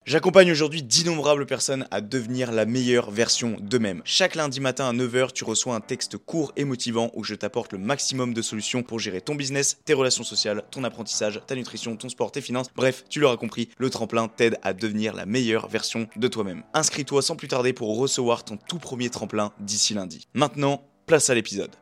J'accompagne aujourd'hui d'innombrables personnes à devenir la meilleure version d'eux-mêmes. Chaque lundi matin à 9h, tu reçois un texte court et motivant où je t'apporte le maximum de solutions pour gérer ton business, tes relations sociales, ton apprentissage, ta nutrition, ton sport, tes finances. Bref, tu l'auras compris, le tremplin t'aide à devenir la meilleure version de toi-même. Inscris-toi sans plus tarder pour recevoir ton tout premier tremplin d'ici lundi. Maintenant, place à l'épisode.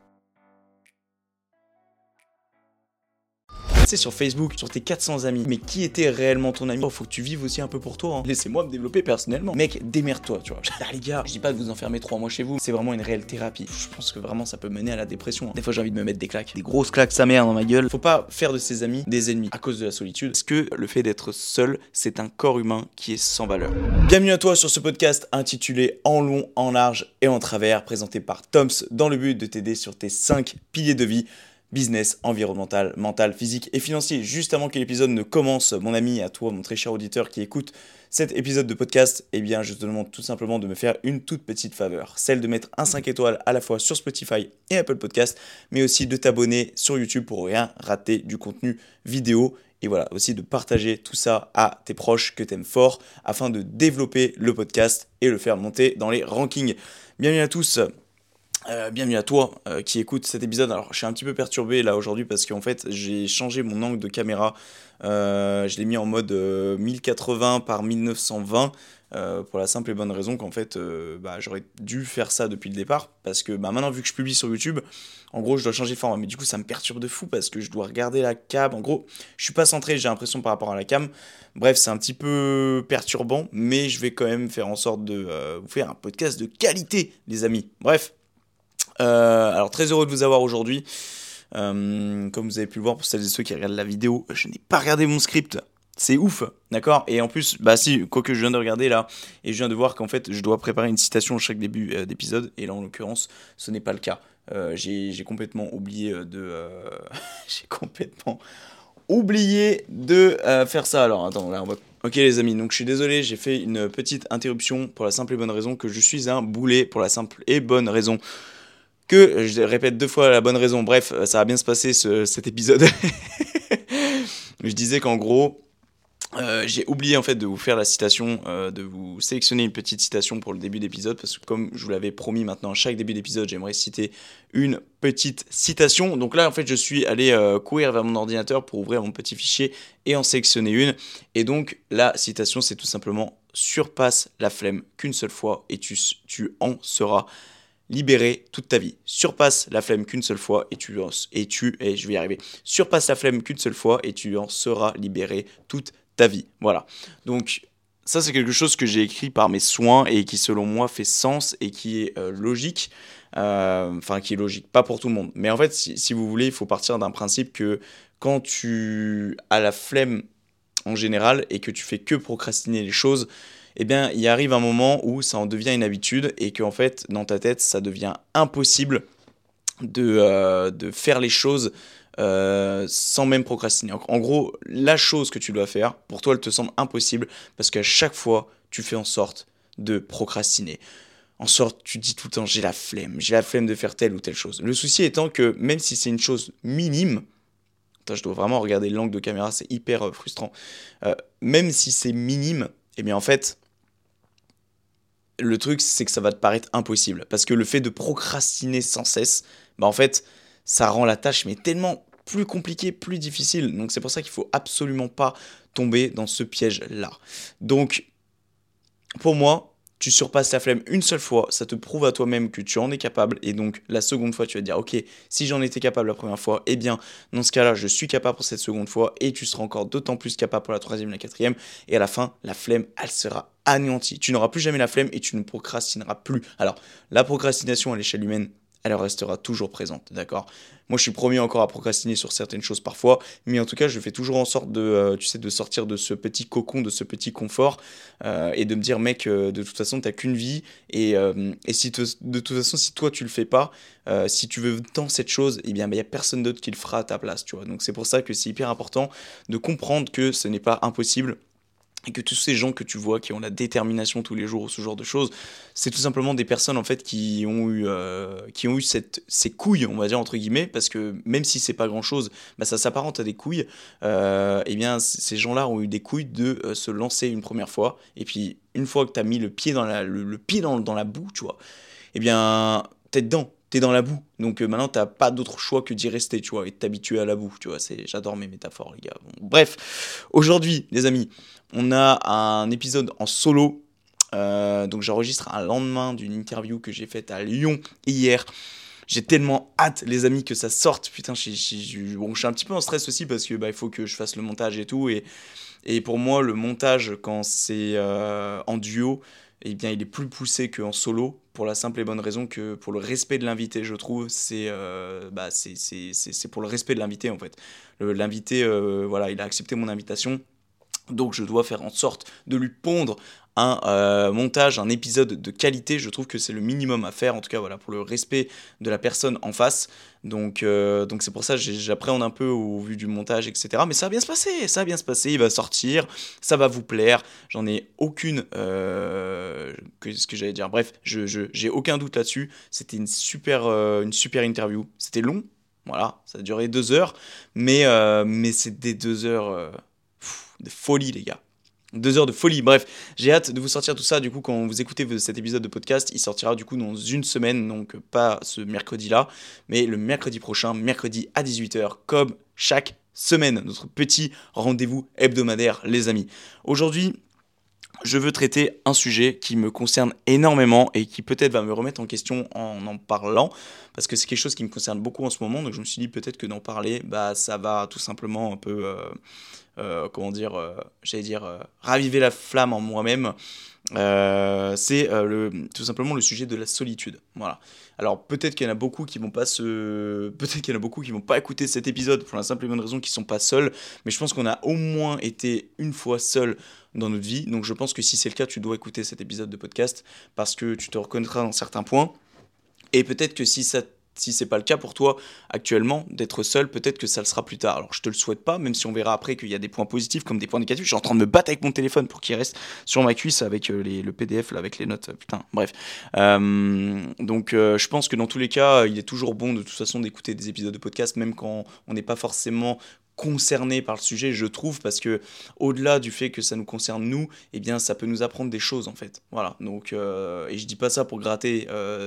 Sur Facebook, sur tes 400 amis, mais qui était réellement ton ami? Faut que tu vives aussi un peu pour toi, hein. Laissez-moi me développer personnellement. Mec, démerde-toi, tu vois. Ah les gars, je dis pas de vous enfermer 3 mois chez vous, c'est vraiment une réelle thérapie. Je pense que vraiment ça peut mener à la dépression, hein. Des fois j'ai envie de me mettre des claques, des grosses claques sa mère dans ma gueule. Faut pas faire de ses amis des ennemis à cause de la solitude, parce que le fait d'être seul, c'est un corps humain qui est sans valeur. Bienvenue à toi sur ce podcast intitulé En long, en large et en travers, présenté par Toms dans le but de t'aider sur tes 5 piliers de vie. Business, environnemental, mental, physique et financier. Juste avant que l'épisode ne commence, mon ami, à toi, mon très cher auditeur qui écoute cet épisode de podcast, eh bien, je te demande tout simplement de me faire une toute petite faveur. Celle de mettre un 5 étoiles à la fois sur Spotify et Apple Podcast, mais aussi de t'abonner sur YouTube pour rien rater du contenu vidéo. Et voilà, aussi de partager tout ça à tes proches que t'aimes fort afin de développer le podcast et le faire monter dans les rankings. Bienvenue à tous. Bienvenue à toi qui écoute cet épisode. Alors je suis un petit peu perturbé là aujourd'hui parce qu'en fait j'ai changé mon angle de caméra. Je l'ai mis en mode 1080 par 1920 pour la simple et bonne raison qu'en fait j'aurais dû faire ça depuis le départ parce que maintenant vu que je publie sur YouTube, en gros je dois changer de format. Mais du coup ça me perturbe de fou parce que je dois regarder la cam. En gros je suis pas centré, j'ai l'impression par rapport à la cam. Bref, c'est un petit peu perturbant, mais je vais quand même faire en sorte de vous faire un podcast de qualité, les amis. Bref. Alors très heureux de vous avoir aujourd'hui. Comme vous avez pu le voir pour celles et ceux qui regardent la vidéo, je n'ai pas regardé mon script. C'est ouf, d'accord? Et en plus, quoique je viens de regarder là, et je viens de voir qu'en fait je dois préparer une citation à chaque début d'épisode, et là en l'occurrence, ce n'est pas le cas. J'ai complètement oublié j'ai complètement oublié de faire ça. Alors attends, là on va... Ok les amis, donc je suis désolé, j'ai fait une petite interruption pour la simple et bonne raison que je suis un boulet, pour la simple et bonne raison que, je répète 2 fois la bonne raison, bref, ça va bien se passer cet épisode. Je disais qu'en gros, j'ai oublié en fait de vous faire la citation, de vous sélectionner une petite citation pour le début d'épisode, parce que comme je vous l'avais promis maintenant, à chaque début d'épisode, j'aimerais citer une petite citation. Donc là, en fait, je suis allé courir vers mon ordinateur pour ouvrir mon petit fichier et en sélectionner une. Et donc, la citation, c'est tout simplement « Surpasse la flemme qu'une seule fois et tu en seras libéré toute ta vie. Surpasse la flemme qu'une seule fois et je vais y arriver. Surpasse la flemme qu'une seule fois et tu en seras libéré toute ta vie. Voilà. Donc ça c'est quelque chose que j'ai écrit par mes soins et qui selon moi fait sens et qui est logique. Qui est logique, pas pour tout le monde. Mais en fait, si vous voulez, il faut partir d'un principe que quand tu as la flemme en général et que tu fais que procrastiner les choses, eh bien, il arrive un moment où ça en devient une habitude et qu'en fait, dans ta tête, ça devient impossible de faire les choses sans même procrastiner. En gros, la chose que tu dois faire, pour toi, elle te semble impossible parce qu'à chaque fois, tu fais en sorte de procrastiner. En sorte, tu dis tout le temps, j'ai la flemme de faire telle ou telle chose. Le souci étant que même si c'est une chose minime, je dois vraiment regarder l'angle de caméra, c'est hyper frustrant. Même si c'est minime, eh bien en fait, le truc c'est que ça va te paraître impossible. Parce que le fait de procrastiner sans cesse, en fait, ça rend la tâche mais tellement plus compliquée, plus difficile. Donc c'est pour ça qu'il faut absolument pas tomber dans ce piège-là. Donc, pour moi, tu surpasses la flemme une seule fois, ça te prouve à toi-même que tu en es capable, et donc la seconde fois tu vas te dire ok, si j'en étais capable la première fois, eh bien dans ce cas-là je suis capable pour cette seconde fois, et tu seras encore d'autant plus capable pour la troisième et la quatrième, et à la fin la flemme elle sera anéantie, tu n'auras plus jamais la flemme et tu ne procrastineras plus. Alors la procrastination à l'échelle humaine, elle restera toujours présente, d'accord? Moi, je suis premier encore à procrastiner sur certaines choses parfois, mais en tout cas, je fais toujours en sorte de sortir de ce petit cocon, de ce petit confort, et de me dire, mec, de toute façon, t'as qu'une vie, et de toute façon, si toi, tu le fais pas, si tu veux tant cette chose, eh bien, il y a personne d'autre qui le fera à ta place, tu vois. Donc, c'est pour ça que c'est hyper important de comprendre que ce n'est pas impossible. et que tous ces gens que tu vois qui ont la détermination tous les jours ou ce genre de choses, c'est tout simplement des personnes en fait qui ont eu ces couilles, on va dire entre guillemets, parce que même si c'est pas grand chose, bah, ça s'apparente à des couilles. Et bien ces gens-là ont eu des couilles de se lancer une première fois, et puis une fois que tu as mis le pied le pied dans la boue, tu vois, eh bien, t'es dedans, t'es dans la boue. Donc maintenant, t'as pas d'autre choix que d'y rester, tu vois, et de t'habituer à la boue, tu vois. J'adore mes métaphores, les gars. Bon, bref, aujourd'hui, les amis, on a un épisode en solo. Donc j'enregistre un lendemain d'une interview que j'ai faite à Lyon hier. J'ai tellement hâte, les amis, que ça sorte. Putain, bon, je suis un petit peu en stress aussi parce que bah, il faut que je fasse le montage et tout. Et pour moi, le montage, quand c'est en duo, eh bien, il est plus poussé qu'en solo, pour la simple et bonne raison que pour le respect de l'invité, je trouve, c'est pour le respect de l'invité, en fait. L'invité, voilà, il a accepté mon invitation, donc je dois faire en sorte de lui pondre un montage, un épisode de qualité. Je trouve que c'est le minimum à faire, en tout cas voilà, pour le respect de la personne en face. Donc c'est pour ça que j'appréhende un peu au vu du montage, etc. Mais ça va bien se passer, ça va bien se passer, il va sortir, ça va vous plaire. J'en ai aucune... ce que j'allais dire, bref, j'ai aucun doute là-dessus. C'était une super interview. C'était long, voilà, ça a duré 2 heures, mais c'est des 2 heures... de folie, les gars. 2 heures de folie. Bref, j'ai hâte de vous sortir tout ça. Du coup, quand vous écoutez cet épisode de podcast, il sortira du coup dans une semaine. Donc, pas ce mercredi-là, mais le mercredi prochain, mercredi à 18h, comme chaque semaine. Notre petit rendez-vous hebdomadaire, les amis. Aujourd'hui, je veux traiter un sujet qui me concerne énormément et qui peut-être va me remettre en question en parlant, parce que c'est quelque chose qui me concerne beaucoup en ce moment. Donc, je me suis dit peut-être que d'en parler, bah, ça va tout simplement un peu... comment dire, j'allais dire, raviver la flamme en moi-même, c'est tout simplement le sujet de la solitude. Voilà. Alors peut-être qu'il y en a beaucoup qui vont pas peut-être qu'il y en a beaucoup qui vont pas écouter cet épisode pour la simple et bonne raison qu'ils sont pas seuls, mais je pense qu'on a au moins été une fois seul dans notre vie. Donc je pense que si c'est le cas, tu dois écouter cet épisode de podcast parce que tu te reconnaîtras dans certains points. Et peut-être que si c'est pas le cas pour toi actuellement d'être seul, peut-être que ça le sera plus tard. Alors je te le souhaite pas, même si on verra après qu'il y a des points positifs comme des points négatifs. Je suis en train de me battre avec mon téléphone pour qu'il reste sur ma cuisse avec le PDF là, avec les notes. Putain, bref. Donc je pense que dans tous les cas, il est toujours bon de toute façon d'écouter des épisodes de podcast, même quand on n'est pas forcément concerné par le sujet, je trouve, parce que au-delà du fait que ça nous concerne nous, eh bien ça peut nous apprendre des choses en fait. Voilà. Donc et je dis pas ça pour gratter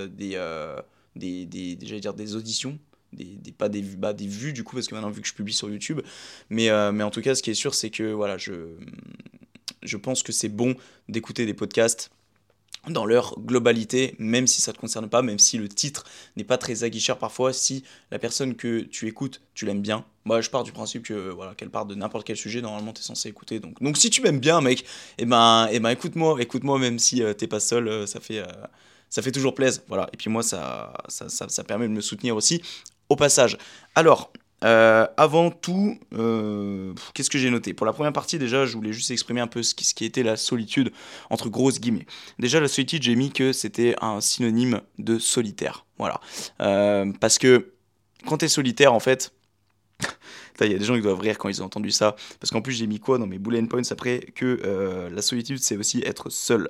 j'allais dire des auditions, pas des vues, bah, des vues du coup, parce que maintenant vu que je publie sur YouTube, mais en tout cas ce qui est sûr c'est que voilà, je pense que c'est bon d'écouter des podcasts dans leur globalité, même si ça ne te concerne pas, même si le titre n'est pas très aguicheur parfois, si la personne que tu écoutes, tu l'aimes bien. Moi, je pars du principe que voilà, qu'elle part de n'importe quel sujet, normalement, tu es censé écouter. Donc si tu m'aimes bien, mec, eh ben écoute-moi, même si t'es pas seul, ça fait toujours plaisir. Voilà. Et puis moi, ça permet de me soutenir aussi, au passage. Alors, avant tout, qu'est-ce que j'ai noté? Pour la première partie, déjà, je voulais juste exprimer un peu ce qui était la solitude, entre grosses guillemets. Déjà, la solitude, j'ai mis que c'était un synonyme de solitaire. Voilà. Parce que quand t'es solitaire, en fait, il y a des gens qui doivent rire quand ils ont entendu ça. Parce qu'en plus, j'ai mis quoi dans mes bullet points après? Que la solitude, c'est aussi être seul.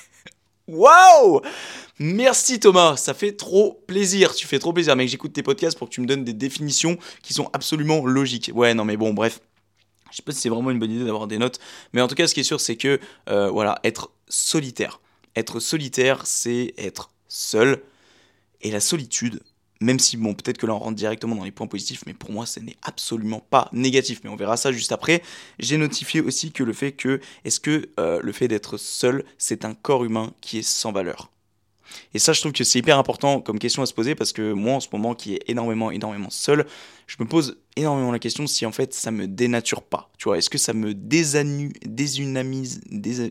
Waouh! Merci Thomas, ça fait trop plaisir. Tu fais trop plaisir, mec. J'écoute tes podcasts pour que tu me donnes des définitions qui sont absolument logiques. Ouais, non, mais bon, bref. Je sais pas si c'est vraiment une bonne idée d'avoir des notes, mais en tout cas, ce qui est sûr, c'est que, voilà, être solitaire. Être solitaire, c'est être seul. Et la solitude, même si, bon, peut-être que là, on rentre directement dans les points positifs, mais pour moi, ce n'est absolument pas négatif. Mais on verra ça juste après. J'ai notifié aussi que est-ce que le fait d'être seul, c'est un corps humain qui est sans valeur? Et ça, je trouve que c'est hyper important comme question à se poser parce que moi, en ce moment, qui est énormément, énormément seul, je me pose énormément la question si en fait ça me dénature pas. Tu vois, est-ce que ça me déshumanise,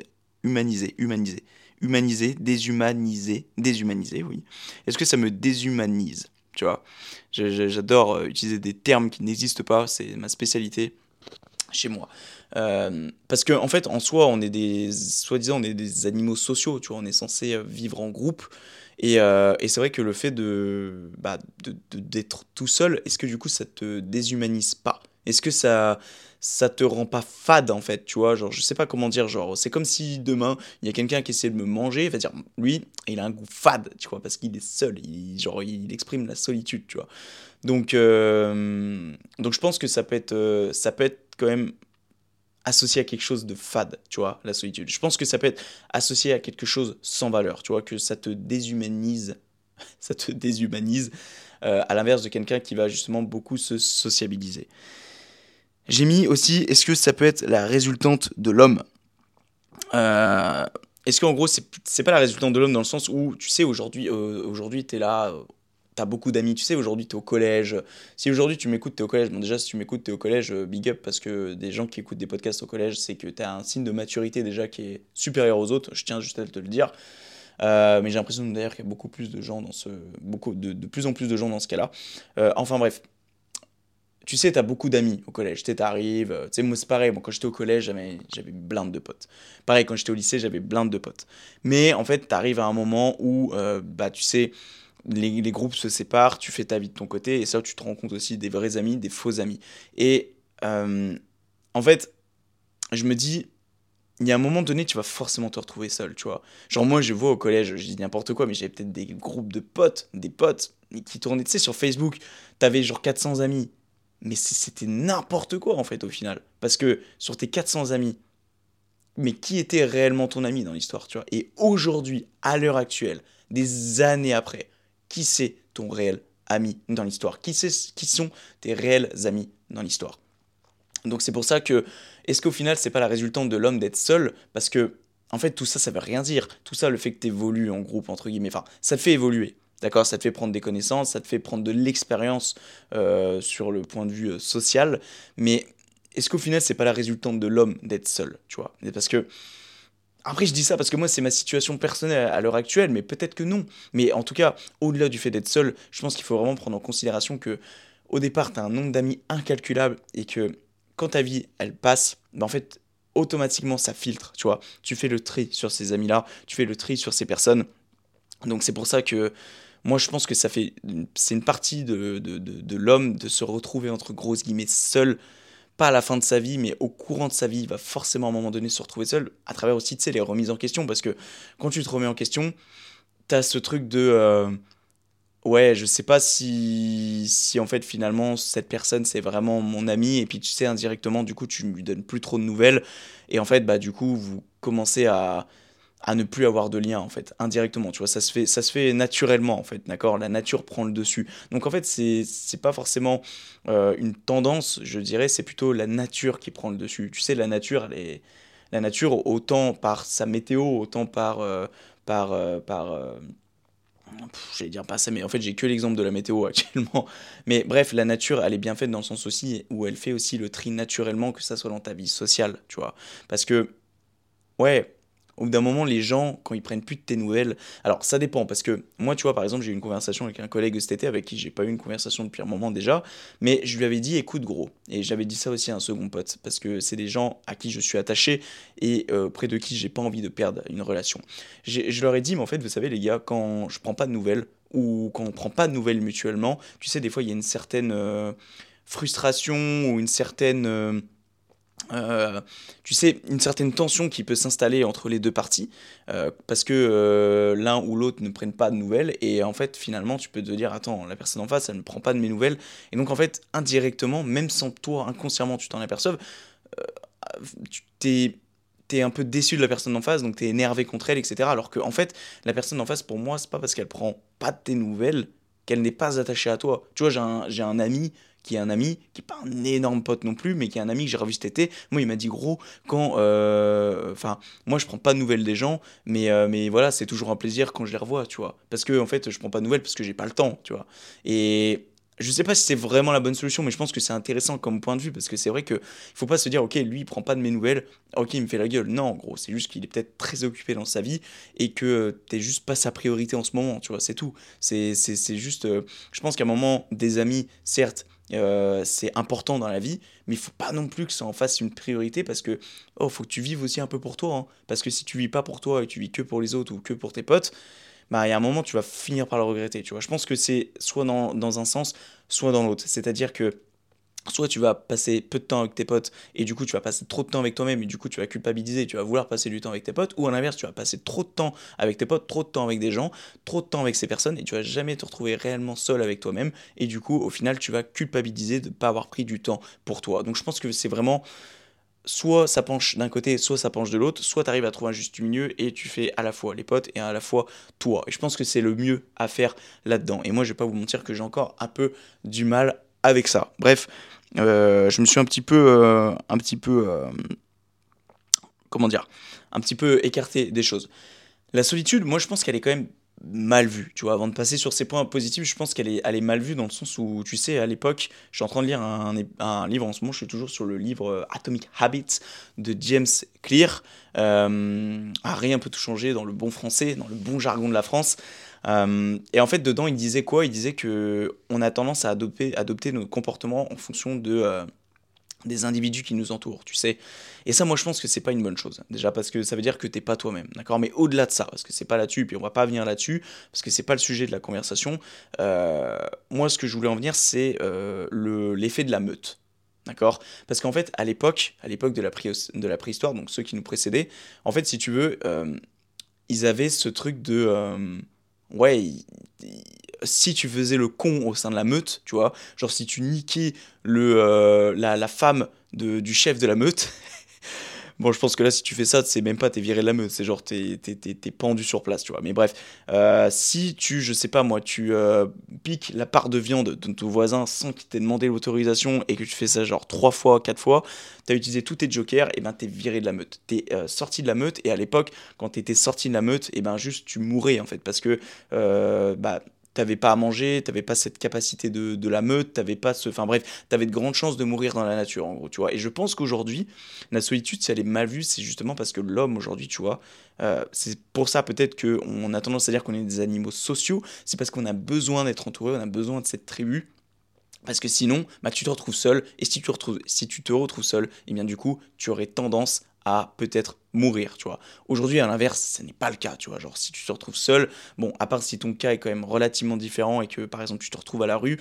déshumanisé, oui. Est-ce que ça me déshumanise? Tu vois, j'adore utiliser des termes qui n'existent pas, c'est ma spécialité chez moi. Parce que en fait, en soi, soi-disant, on est des animaux sociaux, tu vois, on est censé vivre en groupe. Et c'est vrai que le fait d'être tout seul, est-ce que du coup ça te déshumanise pas? Est-ce que ça te rend pas fade en fait, tu vois, genre je sais pas comment dire, genre c'est comme si demain il y a quelqu'un qui essaie de me manger, il va dire lui il a un goût fade, tu vois, parce qu'il est seul, genre il exprime la solitude, tu vois. Donc donc je pense que ça peut être quand même associé à quelque chose de fade, tu vois, la solitude. Je pense que ça peut être associé à quelque chose sans valeur, tu vois, que ça te déshumanise, ça te déshumanise, à l'inverse de quelqu'un qui va justement beaucoup se sociabiliser. J'ai mis aussi, est-ce que ça peut être la résultante de l'homme? Euh, Est-ce qu'en gros, c'est pas la résultante de l'homme dans le sens où, tu sais, aujourd'hui t'es là, t'as beaucoup d'amis, tu sais, aujourd'hui t'es au collège. Si aujourd'hui tu m'écoutes, t'es au collège. Bon, déjà, si tu m'écoutes, t'es au collège, big up, parce que des gens qui écoutent des podcasts au collège, c'est que t'as un signe de maturité déjà qui est supérieur aux autres, je tiens juste à te le dire. Mais j'ai l'impression d'ailleurs qu'il y a beaucoup plus de gens dans ce, beaucoup de plus en plus de gens dans ce cas-là. Enfin bref, tu sais, t'as beaucoup d'amis au collège. Tu sais, t'arrives. Tu sais, moi, c'est pareil. Moi, quand j'étais au collège, j'avais blinde de potes. Pareil, quand j'étais au lycée, j'avais blinde de potes. Mais en fait, t'arrives à un moment où, bah, tu sais, les groupes se séparent, tu fais ta vie de ton côté, et ça, tu te rends compte aussi des vrais amis, des faux amis. Et en fait, je me dis, il y a un moment donné, tu vas forcément te retrouver seul, tu vois. Genre, moi, je vois au collège, je dis n'importe quoi, mais j'avais peut-être des groupes de potes, des potes, qui tournaient, tu sais, sur Facebook. T'avais genre 400 amis. Mais c'était n'importe quoi, en fait, au final. Parce que sur tes 400 amis, mais qui était réellement ton ami dans l'histoire, tu vois? Et aujourd'hui, à l'heure actuelle, des années après, qui c'est ton réel ami dans l'histoire? Qui sont tes réels amis dans l'histoire? Donc c'est pour ça que, est-ce qu'au final, c'est pas la résultante de l'homme d'être seul? Parce que, en fait, tout ça, ça veut rien dire. Tout ça, le fait que tu évolues en groupe, entre guillemets, enfin, ça te fait évoluer. D'accord? Ça te fait prendre des connaissances, ça te fait prendre de l'expérience sur le point de vue social. Mais est-ce qu'au final, c'est pas la résultante de l'homme d'être seul, tu vois? Et parce que, après, je dis ça parce que moi, c'est ma situation personnelle à l'heure actuelle, mais peut-être que non. Mais en tout cas, au-delà du fait d'être seul, je pense qu'il faut vraiment prendre en considération que, au départ, tu as un nombre d'amis incalculable et que quand ta vie, elle passe, bah, en fait, automatiquement, ça filtre, tu vois. Tu fais le tri sur ces amis-là, tu fais le tri sur ces personnes. Donc, c'est pour ça que moi, je pense que c'est une partie de l'homme de se retrouver, entre grosses guillemets, seul pas à la fin de sa vie, mais au courant de sa vie, il va forcément à un moment donné se retrouver seul, à travers aussi, tu sais, les remises en question, parce que quand tu te remets en question, t'as ce truc de, ouais, je sais pas si en fait finalement cette personne c'est vraiment mon ami, et puis tu sais, indirectement, du coup, tu ne lui donnes plus trop de nouvelles, et en fait, bah du coup, vous commencez à ne plus avoir de lien en fait indirectement, tu vois, ça se fait naturellement en fait, d'accord, la nature prend le dessus. Donc en fait c'est pas forcément une tendance, je dirais, c'est plutôt la nature qui prend le dessus. Tu sais, la nature, autant par sa météo, autant j'allais dire pas ça, mais en fait j'ai que l'exemple de la météo actuellement. Mais bref, la nature, elle est bien faite dans le sens aussi où elle fait aussi le tri naturellement, que ça soit dans ta vie sociale, tu vois. Parce que ouais, au bout d'un moment, les gens, quand ils prennent plus de tes nouvelles, alors ça dépend, parce que moi, tu vois, par exemple, j'ai eu une conversation avec un collègue cet été avec qui j'ai pas eu une conversation depuis un moment déjà, mais je lui avais dit, écoute, gros, et j'avais dit ça aussi à un second pote, parce que c'est des gens à qui je suis attaché et près de qui j'ai pas envie de perdre une relation. Je leur ai dit, mais en fait, vous savez, les gars, quand je prends pas de nouvelles, ou quand on prend pas de nouvelles mutuellement, tu sais, des fois, il y a une certaine frustration ou une certaine. Euh, Tu sais, une certaine tension qui peut s'installer entre les deux parties, parce que l'un ou l'autre ne prennent pas de nouvelles, et en fait, finalement, tu peux te dire, attends, la personne en face, elle ne prend pas de mes nouvelles, et donc en fait, indirectement, même sans toi, inconsciemment, tu t'en aperçoives, tu t'es un peu déçu de la personne en face, donc t'es énervé contre elle, etc. Alors que, en fait, la personne en face, pour moi, c'est pas parce qu'elle prend pas de tes nouvelles qu'elle n'est pas attachée à toi. Tu vois, j'ai un ami qui est un ami, qui est pas un énorme pote non plus, mais qui est un ami que j'ai revu cet été. Moi, il m'a dit, gros, quand. Enfin, moi, je prends pas de nouvelles des gens, mais voilà, c'est toujours un plaisir quand je les revois, tu vois. Parce que, en fait, je prends pas de nouvelles parce que j'ai pas le temps, tu vois. Et. Je sais pas si c'est vraiment la bonne solution, mais je pense que c'est intéressant comme point de vue parce que c'est vrai que il faut pas se dire, ok, lui il prend pas de mes nouvelles, ok, il me fait la gueule. Non, en gros, c'est juste qu'il est peut-être très occupé dans sa vie et que t'es juste pas sa priorité en ce moment, tu vois, c'est tout. C'est juste, je pense qu'à un moment, des amis, certes, c'est important dans la vie, mais il faut pas non plus que ça en fasse une priorité parce que, oh, faut que tu vives aussi un peu pour toi, hein. Parce que si tu vis pas pour toi et tu vis que pour les autres ou que pour tes potes, bah, il y a un moment, tu vas finir par le regretter, tu vois. Je pense que c'est soit dans un sens, soit dans l'autre. C'est-à-dire que soit tu vas passer peu de temps avec tes potes et du coup tu vas passer trop de temps avec toi-même et du coup tu vas culpabiliser et tu vas vouloir passer du temps avec tes potes, ou à l'inverse tu vas passer trop de temps avec tes potes, trop de temps avec des gens, trop de temps avec ces personnes et tu vas jamais te retrouver réellement seul avec toi-même et du coup au final tu vas culpabiliser de ne pas avoir pris du temps pour toi. Donc je pense que c'est vraiment soit ça penche d'un côté, soit ça penche de l'autre, soit tu arrives à trouver un juste milieu et tu fais à la fois les potes et à la fois toi. Et je pense que c'est le mieux à faire là-dedans. Et moi, je vais pas vous mentir que j'ai encore un peu du mal avec ça. Bref, je me suis comment dire, un petit peu écarté des choses. La solitude, moi, je pense qu'elle est quand même mal vue. Tu vois, avant de passer sur ces points positifs, je pense qu'elle est mal vue dans le sens où, tu sais, à l'époque, je suis en train de lire un livre en ce moment, je suis toujours sur le livre Atomic Habits de James Clear. Rien peut tout changer dans le bon français, dans le bon jargon de la France. Et en fait, dedans, il disait quoi? Il disait que on a tendance à adopter nos comportements en fonction des individus qui nous entourent, tu sais. Et ça, moi, je pense que c'est pas une bonne chose. Déjà parce que ça veut dire que t'es pas toi-même, d'accord? Mais au-delà de ça, parce que c'est pas là-dessus, puis on va pas venir là-dessus, parce que c'est pas le sujet de la conversation. Moi, ce que je voulais en venir, c'est l'effet de la meute. D'accord? Parce qu'en fait, à l'époque de la préhistoire, donc ceux qui nous précédaient, en fait, si tu veux, ils avaient ce truc de... ouais, si tu faisais le con au sein de la meute, tu vois, genre si tu niquais la femme du chef de la meute, bon, je pense que là, si tu fais ça, c'est même pas t'es viré de la meute, c'est genre t'es pendu sur place, tu vois. Mais bref, si je sais pas moi, tu piques la part de viande de ton voisin sans qu'il t'ait demandé l'autorisation et que tu fais ça genre 3 fois, 4 fois, t'as utilisé tous tes jokers, et ben t'es viré de la meute. T'es sorti de la meute, et à l'époque, quand t'étais sorti de la meute, et ben juste tu mourais en fait, parce que bah t'avais pas à manger, t'avais pas cette capacité de la meute, t'avais pas ce... Enfin bref, t'avais de grandes chances de mourir dans la nature, en gros, tu vois. Et je pense qu'aujourd'hui, la solitude, si elle est mal vue, c'est justement parce que l'homme, aujourd'hui, tu vois, c'est pour ça peut-être qu'on a tendance à dire qu'on est des animaux sociaux, c'est parce qu'on a besoin d'être entouré, on a besoin de cette tribu, parce que sinon, bah, tu te retrouves seul, et si tu te retrouves seul, et bien du coup, tu aurais tendance à peut-être mourir, tu vois. Aujourd'hui, à l'inverse, ce n'est pas le cas, tu vois. Genre, si tu te retrouves seul, bon, à part si ton cas est quand même relativement différent et que, par exemple, tu te retrouves à la rue,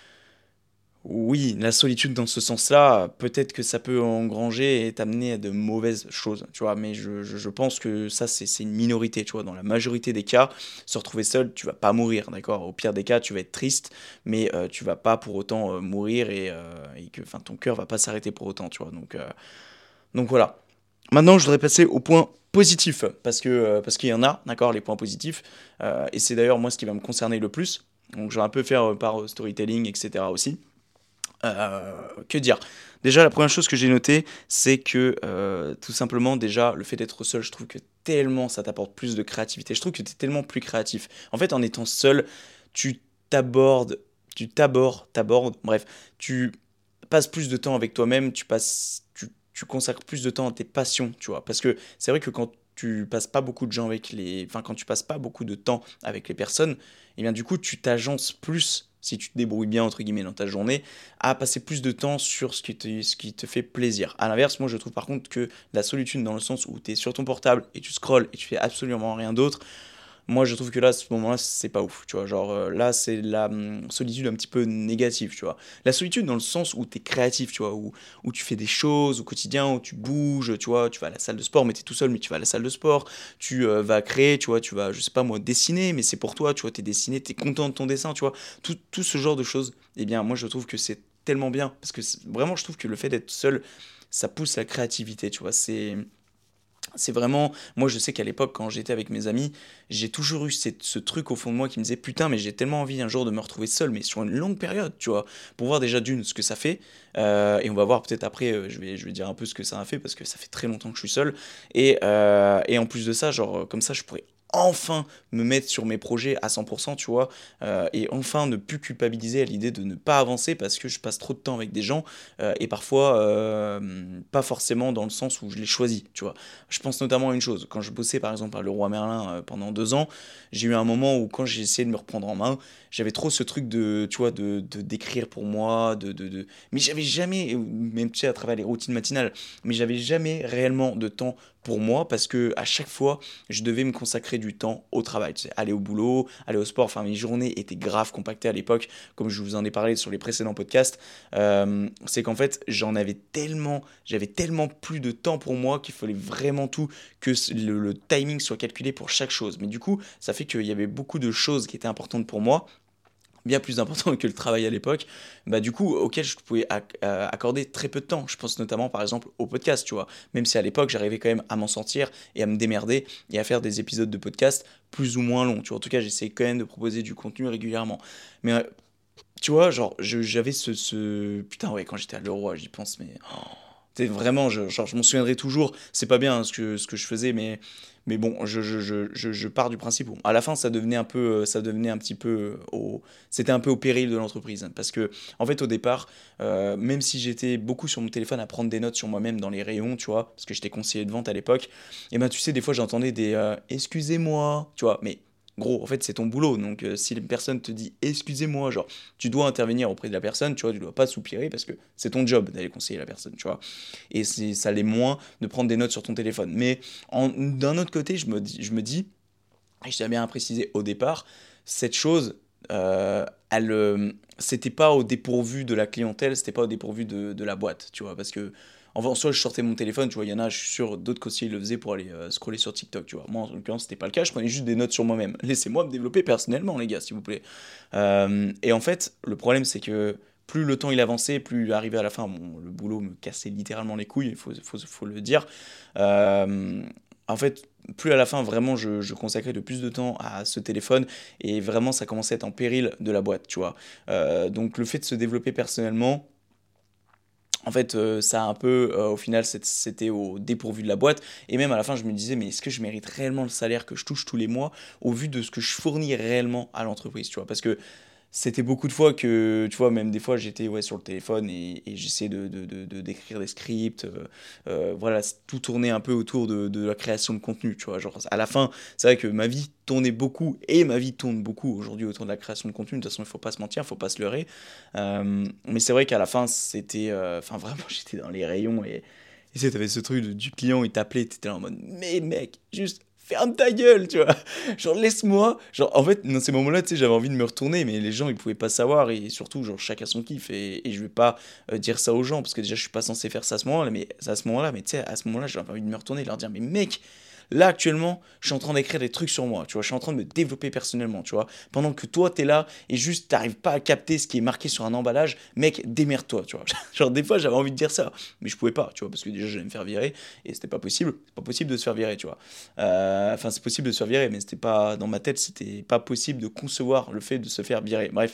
oui, la solitude dans ce sens-là, peut-être que ça peut engranger et t'amener à de mauvaises choses, tu vois, mais je pense que ça, c'est une minorité, tu vois. Dans la majorité des cas, se retrouver seul, tu vas pas mourir, d'accord? Au pire des cas, tu vas être triste, mais tu vas pas pour autant mourir et que, enfin, ton cœur va pas s'arrêter pour autant, tu vois. Donc voilà. Maintenant, je voudrais passer au point positif, parce qu'il y en a, d'accord, les points positifs, et c'est d'ailleurs moi ce qui va me concerner le plus. Donc je vais un peu faire par storytelling, etc. aussi. Que dire? Déjà, la première chose que j'ai notée, c'est que tout simplement, déjà, le fait d'être seul, je trouve que tellement ça t'apporte plus de créativité. Je trouve que tu es tellement plus créatif. En fait, en étant seul, tu t'abordes, bref, tu passes plus de temps avec toi-même, tu consacres plus de temps à tes passions, tu vois. Parce que c'est vrai que quand tu passes pas beaucoup de gens avec les, enfin, quand tu passes pas beaucoup de temps avec les personnes, et bien du coup, tu t'agences plus, si tu te débrouilles bien, entre guillemets, dans ta journée, à passer plus de temps sur ce qui te fait plaisir. À l'inverse, moi je trouve par contre que la solitude, dans le sens où tu es sur ton portable et tu scrolles et tu fais absolument rien d'autre, moi je trouve que là, à ce moment-là, c'est pas ouf, tu vois. Genre là, c'est la solitude un petit peu négative, tu vois. La solitude dans le sens où tu es créatif, tu vois, où tu fais des choses au quotidien, où tu bouges, tu vois, tu vas à la salle de sport, mais tu es tout seul, mais tu vas à la salle de sport, tu vas créer, tu vois, tu vas, je sais pas moi, dessiner, mais c'est pour toi, tu vois, t'es dessiné, t'es content de ton dessin, tu vois. Tout ce genre de choses, eh bien, moi je trouve que c'est tellement bien, parce que vraiment, je trouve que le fait d'être seul, ça pousse la créativité, tu vois. C'est vraiment, moi je sais qu'à l'époque quand j'étais avec mes amis, j'ai toujours eu ce truc au fond de moi qui me disait putain mais j'ai tellement envie un jour de me retrouver seul mais sur une longue période tu vois, pour voir déjà d'une ce que ça fait, et on va voir peut-être après, je vais dire un peu ce que ça a fait parce que ça fait très longtemps que je suis seul, et en plus de ça genre comme ça je pourrais enfin me mettre sur mes projets à 100%, tu vois, et enfin ne plus culpabiliser à l'idée de ne pas avancer parce que je passe trop de temps avec des gens, et parfois pas forcément dans le sens où je les choisis, tu vois. Je pense notamment à une chose, quand je bossais par exemple à Leroy Merlin pendant 2 ans, j'ai eu un moment où quand j'ai essayé de me reprendre en main, j'avais trop ce truc de, tu vois, d'écrire pour moi, mais j'avais jamais, même tu sais, à travers les routines matinales, mais j'avais jamais réellement de temps pour moi parce que à chaque fois, je devais me consacrer consacrer du temps au travail. Tu sais, aller au boulot, aller au sport. Enfin, mes journées étaient grave compactées à l'époque, comme je vous en ai parlé sur les précédents podcasts. C'est qu'en fait, j'avais tellement plus de temps pour moi qu'il fallait vraiment tout que le timing soit calculé pour chaque chose. Mais du coup, ça fait qu'il y avait beaucoup de choses qui étaient importantes pour moi, bien plus important que le travail à l'époque, bah du coup auquel je pouvais accorder très peu de temps. Je pense notamment par exemple au podcast, tu vois. Même si à l'époque j'arrivais quand même à m'en sortir et à me démerder et à faire des épisodes de podcast plus ou moins longs. Tu vois, en tout cas j'essayais quand même de proposer du contenu régulièrement. Mais tu vois, genre j'avais putain ouais, quand j'étais à l'Euro, j'y pense, mais c'est vraiment, je m'en souviendrai toujours. C'est pas bien hein, ce que je faisais, mais bon, je pars du principe. Bon, à la fin, ça devenait un petit peu, c'était un peu au péril de l'entreprise. Hein, parce que, en fait, au départ, même si j'étais beaucoup sur mon téléphone à prendre des notes sur moi-même dans les rayons, tu vois, parce que j'étais conseiller de vente à l'époque, et ben, tu sais, des fois, j'entendais des excusez-moi, tu vois, mais. Gros, en fait, c'est ton boulot. Donc, si une personne te dit excusez-moi, genre, tu dois intervenir auprès de la personne, tu vois, tu dois pas soupirer parce que c'est ton job d'aller conseiller la personne, tu vois. Et ça l'est moins de prendre des notes sur ton téléphone. Mais d'un autre côté, je me dis, et je tiens bien à préciser au départ, cette chose, c'était pas au dépourvu de la clientèle, c'était pas au dépourvu de la boîte, tu vois, parce que en soi, je sortais mon téléphone, tu vois, il y en a, je suis sûr, d'autres conseillers le faisaient pour aller scroller sur TikTok, tu vois. Moi, en l'occurrence, c'était pas le cas, je prenais juste des notes sur moi-même. Laissez-moi me développer personnellement, les gars, s'il vous plaît. Et en fait, le problème, c'est que plus le temps il avançait, plus arrivé à la fin, bon, le boulot me cassait littéralement les couilles, il faut le dire. Euh, En fait, plus à la fin, vraiment, je consacrais de plus de temps à ce téléphone et vraiment, ça commençait à être en péril de la boîte, tu vois. Donc, le fait de se développer personnellement, en fait, ça a un peu, au final, c'était au dépourvu de la boîte. Et même à la fin, je me disais, mais est-ce que je mérite réellement le salaire que je touche tous les mois au vu de ce que je fournis réellement à l'entreprise, tu vois? Parce que c'était beaucoup de fois que, tu vois, même des fois, j'étais ouais, sur le téléphone et j'essayais d'écrire des scripts. Voilà, tout tournait un peu autour de la création de contenu, tu vois. Genre, à la fin, c'est vrai que ma vie tournait beaucoup et ma vie tourne beaucoup aujourd'hui autour de la création de contenu. De toute façon, il faut pas se mentir, il faut pas se leurrer. Mais c'est vrai qu'à la fin, c'était. Enfin, vraiment, j'étais dans les rayons et tu sais, t'avais ce truc du client, il t'appelait, t'étais là en mode, mais mec, juste ferme ta gueule, tu vois. Genre, laisse-moi. Genre, en fait, dans ces moments-là, tu sais, j'avais envie de me retourner, mais les gens, ils pouvaient pas savoir. Et surtout, genre, chacun son kiff. Et je vais pas dire ça aux gens, parce que déjà, je suis pas censé faire ça à ce moment-là, mais tu sais, à ce moment-là, j'avais envie de me retourner et leur dire, mais mec, là, actuellement, je suis en train d'écrire des trucs sur moi, tu vois. Je suis en train de me développer personnellement, tu vois. Pendant que toi, t'es là et juste, t'arrives pas à capter ce qui est marqué sur un emballage, mec, démerde-toi, tu vois. Genre, des fois, j'avais envie de dire ça, mais je pouvais pas, tu vois, parce que déjà, j'allais me faire virer et c'était pas possible. C'est pas possible de se faire virer, tu vois. Enfin, c'est possible de se faire virer, mais c'était pas dans ma tête, c'était pas possible de concevoir le fait de se faire virer. Bref.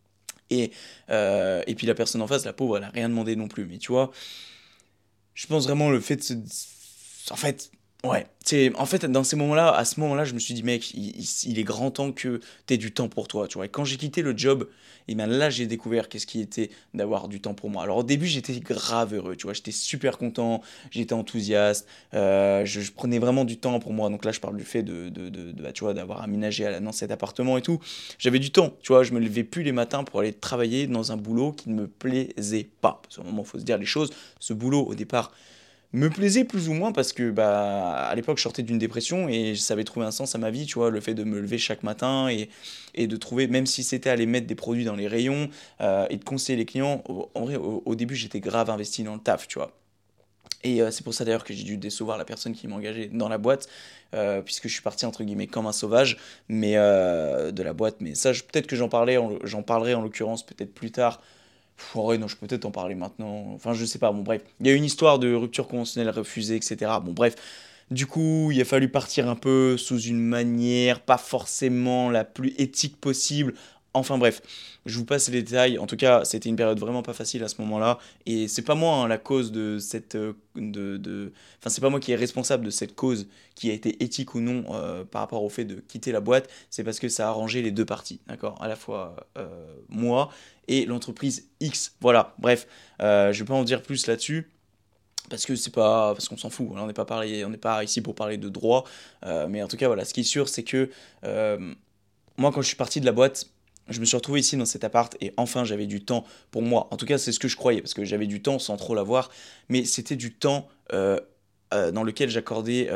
Et puis la personne en face, la pauvre, elle a rien demandé non plus. Mais tu vois, je pense vraiment le fait de se. En fait, ouais. En fait, dans ces moments-là, à ce moment-là, je me suis dit, mec, il est grand temps que tu aies du temps pour toi, tu vois. Et quand j'ai quitté le job, et bien là, j'ai découvert qu'est-ce qui était d'avoir du temps pour moi. Alors au début, j'étais grave heureux, tu vois. J'étais super content, j'étais enthousiaste, je prenais vraiment du temps pour moi. Donc là, je parle du fait bah, tu vois, d'avoir aménagé dans cet appartement et tout. J'avais du temps, tu vois. Je me levais plus les matins pour aller travailler dans un boulot qui ne me plaisait pas. Parce qu'à un moment, il faut se dire les choses. Ce boulot, au départ, me plaisait plus ou moins parce que bah à l'époque je sortais d'une dépression et ça avait trouvé un sens à ma vie, tu vois, le fait de me lever chaque matin et de trouver, même si c'était aller mettre des produits dans les rayons et de conseiller les clients, en vrai au début j'étais grave investi dans le taf, tu vois. Et c'est pour ça d'ailleurs que j'ai dû décevoir la personne qui m'engageait dans la boîte, puisque je suis parti entre guillemets comme un sauvage, mais de la boîte. Mais ça, peut-être que j'en parlerai en l'occurrence peut-être plus tard. En vrai, non, je peux peut-être en parler maintenant. Enfin, je sais pas. Bon, bref. Il y a une histoire de rupture conventionnelle refusée, etc. Bon, bref. Du coup, il a fallu partir un peu sous une manière pas forcément la plus éthique possible. Enfin bref, je vous passe les détails. En tout cas, c'était une période vraiment pas facile à ce moment-là. Et c'est pas moi hein, la cause de cette. Enfin, c'est pas moi qui est responsable de cette cause qui a été éthique ou non par rapport au fait de quitter la boîte. C'est parce que ça a arrangé les deux parties. D'accord. À la fois moi et l'entreprise X. Voilà, bref, je vais pas en dire plus là-dessus. Parce que c'est pas parce qu'on s'en fout, hein, on n'est pas ici pour parler de droit, mais en tout cas voilà, ce qui est sûr c'est que euh, moi quand je suis parti de la boîte, je me suis retrouvé ici dans cet appart et enfin j'avais du temps pour moi. En tout cas c'est ce que je croyais parce que j'avais du temps sans trop l'avoir, mais c'était du temps dans lequel j'accordais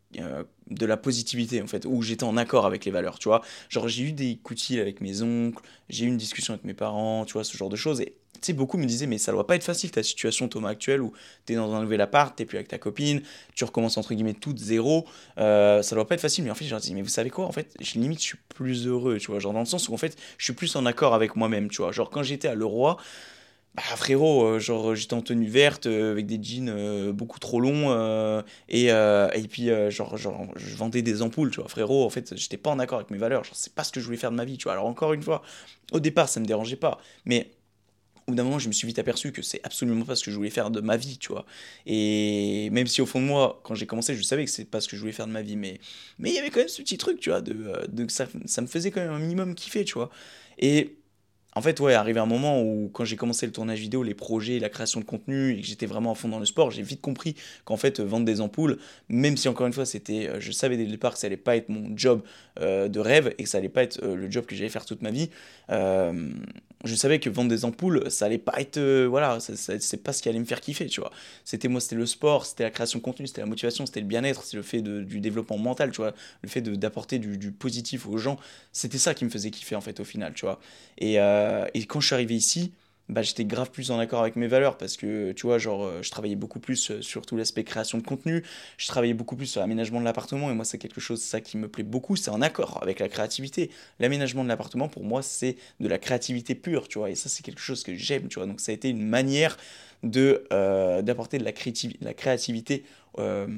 de la positivité en fait, où j'étais en accord avec les valeurs, tu vois. Genre j'ai eu des coups de fil avec mes oncles, j'ai eu une discussion avec mes parents, tu vois, ce genre de choses. Et tu sais, beaucoup me disaient, mais ça doit pas être facile ta situation, Thomas, actuelle, où t'es dans un nouvel appart, t'es plus avec ta copine, tu recommences entre guillemets tout de zéro. Ça doit pas être facile, mais en fait, je leur dis, mais vous savez quoi, en fait, limite, je suis plus heureux, tu vois, genre dans le sens où en fait, je suis plus en accord avec moi-même, tu vois. Genre quand j'étais à Leroy, bah frérot, genre j'étais en tenue verte avec des jeans beaucoup trop longs et puis genre je vendais des ampoules, tu vois, frérot, en fait j'étais pas en accord avec mes valeurs, genre c'est pas ce que je voulais faire de ma vie, tu vois. Alors encore une fois, au départ ça me dérangeait pas, mais au bout d'un moment je me suis vite aperçu que c'est absolument pas ce que je voulais faire de ma vie, tu vois. Et même si au fond de moi, quand j'ai commencé, je savais que c'est pas ce que je voulais faire de ma vie, mais il y avait quand même ce petit truc, tu vois, de ça me faisait quand même un minimum kiffer, tu vois. Et en fait, ouais, arrivé un moment où, quand j'ai commencé le tournage vidéo, les projets, la création de contenu, et que j'étais vraiment à fond dans le sport, j'ai vite compris qu'en fait, vendre des ampoules, même si encore une fois, je savais dès le départ que ça allait pas être mon job de rêve et que ça allait pas être le job que j'allais faire toute ma vie, euh, je savais que vendre des ampoules, ça allait pas être, voilà, c'est pas ce qui allait me faire kiffer, tu vois. C'était le sport, c'était la création de contenu, c'était la motivation, c'était le bien-être, c'est le fait du développement mental, tu vois, le fait d'apporter du positif aux gens, c'était ça qui me faisait kiffer en fait au final, tu vois. Et quand je suis arrivé ici, bah, j'étais grave plus en accord avec mes valeurs parce que, tu vois, genre, je travaillais beaucoup plus sur tout l'aspect création de contenu, je travaillais beaucoup plus sur l'aménagement de l'appartement et moi, c'est quelque chose, ça qui me plaît beaucoup, c'est en accord avec la créativité. L'aménagement de l'appartement, pour moi, c'est de la créativité pure, tu vois, et ça, c'est quelque chose que j'aime, tu vois. Donc, ça a été une manière d'apporter de la créativité euh,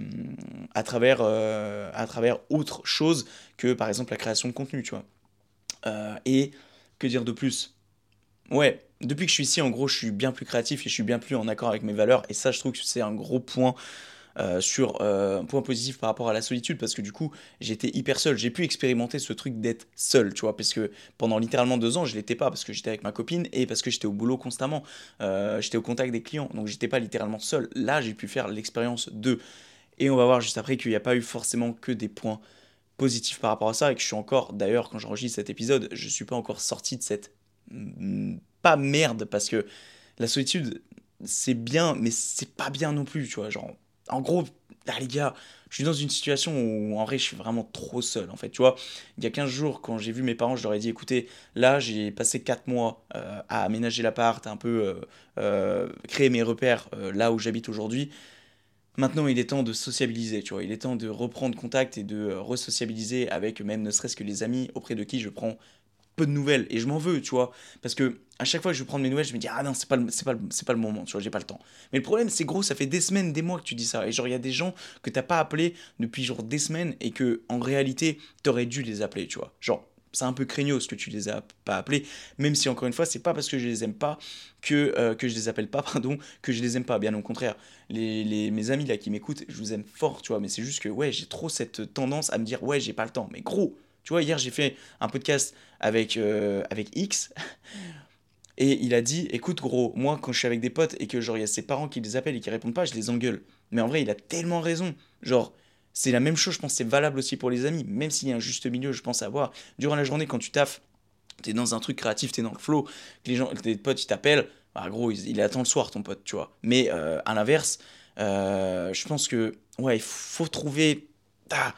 à travers autre chose que, par exemple, la création de contenu, tu vois. Et que dire de plus? Ouais, depuis que je suis ici, en gros, je suis bien plus créatif et je suis bien plus en accord avec mes valeurs. Et ça, je trouve que c'est un gros point un point positif par rapport à la solitude parce que du coup, j'étais hyper seul. J'ai pu expérimenter ce truc d'être seul, tu vois, parce que pendant littéralement 2 ans, je l'étais pas parce que j'étais avec ma copine et parce que j'étais au boulot constamment. J'étais au contact des clients, donc j'étais pas littéralement seul. Là, j'ai pu faire l'expérience de. Et on va voir juste après qu'il n'y a pas eu forcément que des points positif par rapport à ça et que je suis encore, d'ailleurs, quand j'enregistre cet épisode, je suis pas encore sorti de cette pas merde parce que la solitude c'est bien, mais c'est pas bien non plus, tu vois. Genre, en gros, là les gars, je suis dans une situation où en vrai je suis vraiment trop seul en fait, tu vois. Il y a 15 jours, quand j'ai vu mes parents, je leur ai dit écoutez, là j'ai passé 4 mois à aménager l'appart, à un peu créer mes repères là où j'habite aujourd'hui. Maintenant, il est temps de sociabiliser, tu vois. Il est temps de reprendre contact et de re-sociabiliser avec même ne serait-ce que les amis auprès de qui je prends peu de nouvelles. Et je m'en veux, tu vois. Parce que à chaque fois que je prends mes nouvelles, je me dis, ah non, c'est pas le moment, tu vois, j'ai pas le temps. Mais le problème, c'est gros, ça fait des semaines, des mois que tu dis ça. Et genre, il y a des gens que t'as pas appelé depuis genre des semaines et que en réalité, t'aurais dû les appeler, tu vois. Genre, c'est un peu craignos que tu les as pas appelés, même si encore une fois, c'est pas parce que je les aime pas que je les appelle pas, pardon, que je les aime pas, bien au contraire. Mes amis là qui m'écoutent, je vous aime fort, tu vois, mais c'est juste que ouais, j'ai trop cette tendance à me dire ouais, j'ai pas le temps. Mais gros, tu vois, hier j'ai fait un podcast avec X et il a dit écoute gros, moi quand je suis avec des potes et que genre il y a ses parents qui les appellent et qui répondent pas, je les engueule. Mais en vrai, il a tellement raison. Genre, c'est la même chose, je pense, c'est valable aussi pour les amis, même s'il y a un juste milieu, je pense avoir. Durant la journée, quand tu taffes, t'es dans un truc créatif, t'es dans le flow, que les gens, tes potes ils t'appellent, bah gros, il attend le soir ton pote, tu vois. Mais à l'inverse, je pense que ouais, il faut trouver. Ah,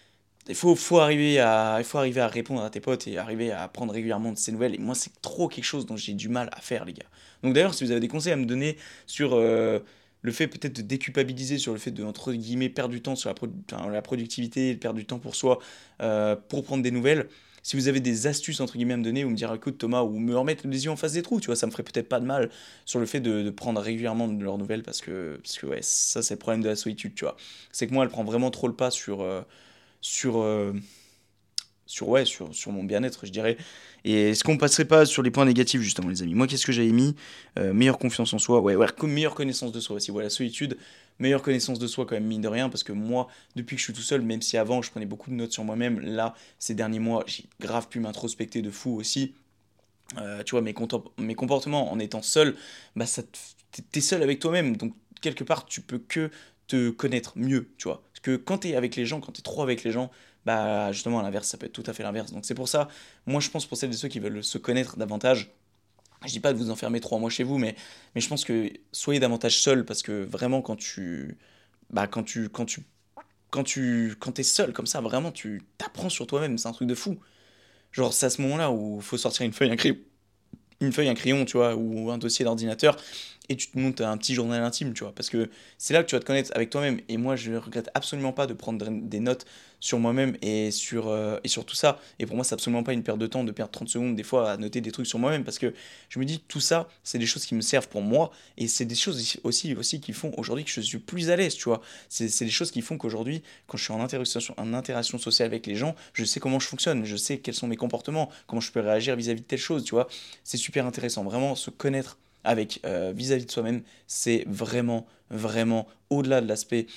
il faut arriver à répondre à tes potes et arriver à prendre régulièrement de ces nouvelles. Et moi, c'est trop quelque chose dont j'ai du mal à faire, les gars. Donc d'ailleurs, si vous avez des conseils à me donner sur le fait peut-être de déculpabiliser sur le fait de, entre guillemets, perdre du temps sur enfin, la productivité, perdre du temps pour soi, pour prendre des nouvelles, si vous avez des astuces, entre guillemets, à me donner, ou me dire, écoute Thomas, ou me remettre les yeux en face des trous, tu vois, ça me ferait peut-être pas de mal sur le fait de prendre régulièrement de leurs nouvelles, parce que ouais, ça c'est le problème de la solitude, tu vois. C'est que moi, elle prend vraiment trop le pas sur, ouais, sur mon bien-être, je dirais. Et est-ce qu'on passerait pas sur les points négatifs, justement, les amis? Moi, qu'est-ce que j'avais mis? Meilleure confiance en soi, ouais, ouais, meilleure connaissance de soi aussi. Voilà, solitude, meilleure connaissance de soi, quand même, mine de rien, parce que moi, depuis que je suis tout seul, même si avant, je prenais beaucoup de notes sur moi-même, là, ces derniers mois, j'ai grave pu m'introspecter de fou aussi. Tu vois, mes comportements en étant seul, bah, t'es seul avec toi-même, donc quelque part, tu peux que te connaître mieux, tu vois. Parce que quand t'es avec les gens, quand t'es trop avec les gens, bah justement, à l'inverse, ça peut être tout à fait l'inverse. Donc c'est pour ça, moi je pense pour celles et ceux qui veulent se connaître davantage, je dis pas de vous enfermer 3 mois chez vous, mais je pense que soyez davantage seul, parce que vraiment, quand tu quand t'es seul comme ça, vraiment, tu t'apprends sur toi-même, c'est un truc de fou. Genre, c'est à ce moment-là où il faut sortir une feuille, un crayon, tu vois, ou un dossier d'ordinateur, et tu te montes un petit journal intime, tu vois, parce que c'est là que tu vas te connaître avec toi-même. Et moi, je ne regrette absolument pas de prendre des notes sur moi-même et sur tout ça. Et pour moi, c'est absolument pas une perte de temps de perdre 30 secondes des fois à noter des trucs sur moi-même, parce que je me dis que tout ça, c'est des choses qui me servent pour moi, et c'est des choses aussi qui font aujourd'hui que je suis plus à l'aise, tu vois. C'est des choses qui font qu'aujourd'hui, quand je suis en interaction sociale avec les gens, je sais comment je fonctionne, je sais quels sont mes comportements, comment je peux réagir vis-à-vis de telle chose, tu vois. C'est super intéressant, vraiment se connaître avec vis-à-vis de soi-même, c'est vraiment, vraiment, au-delà de l'aspect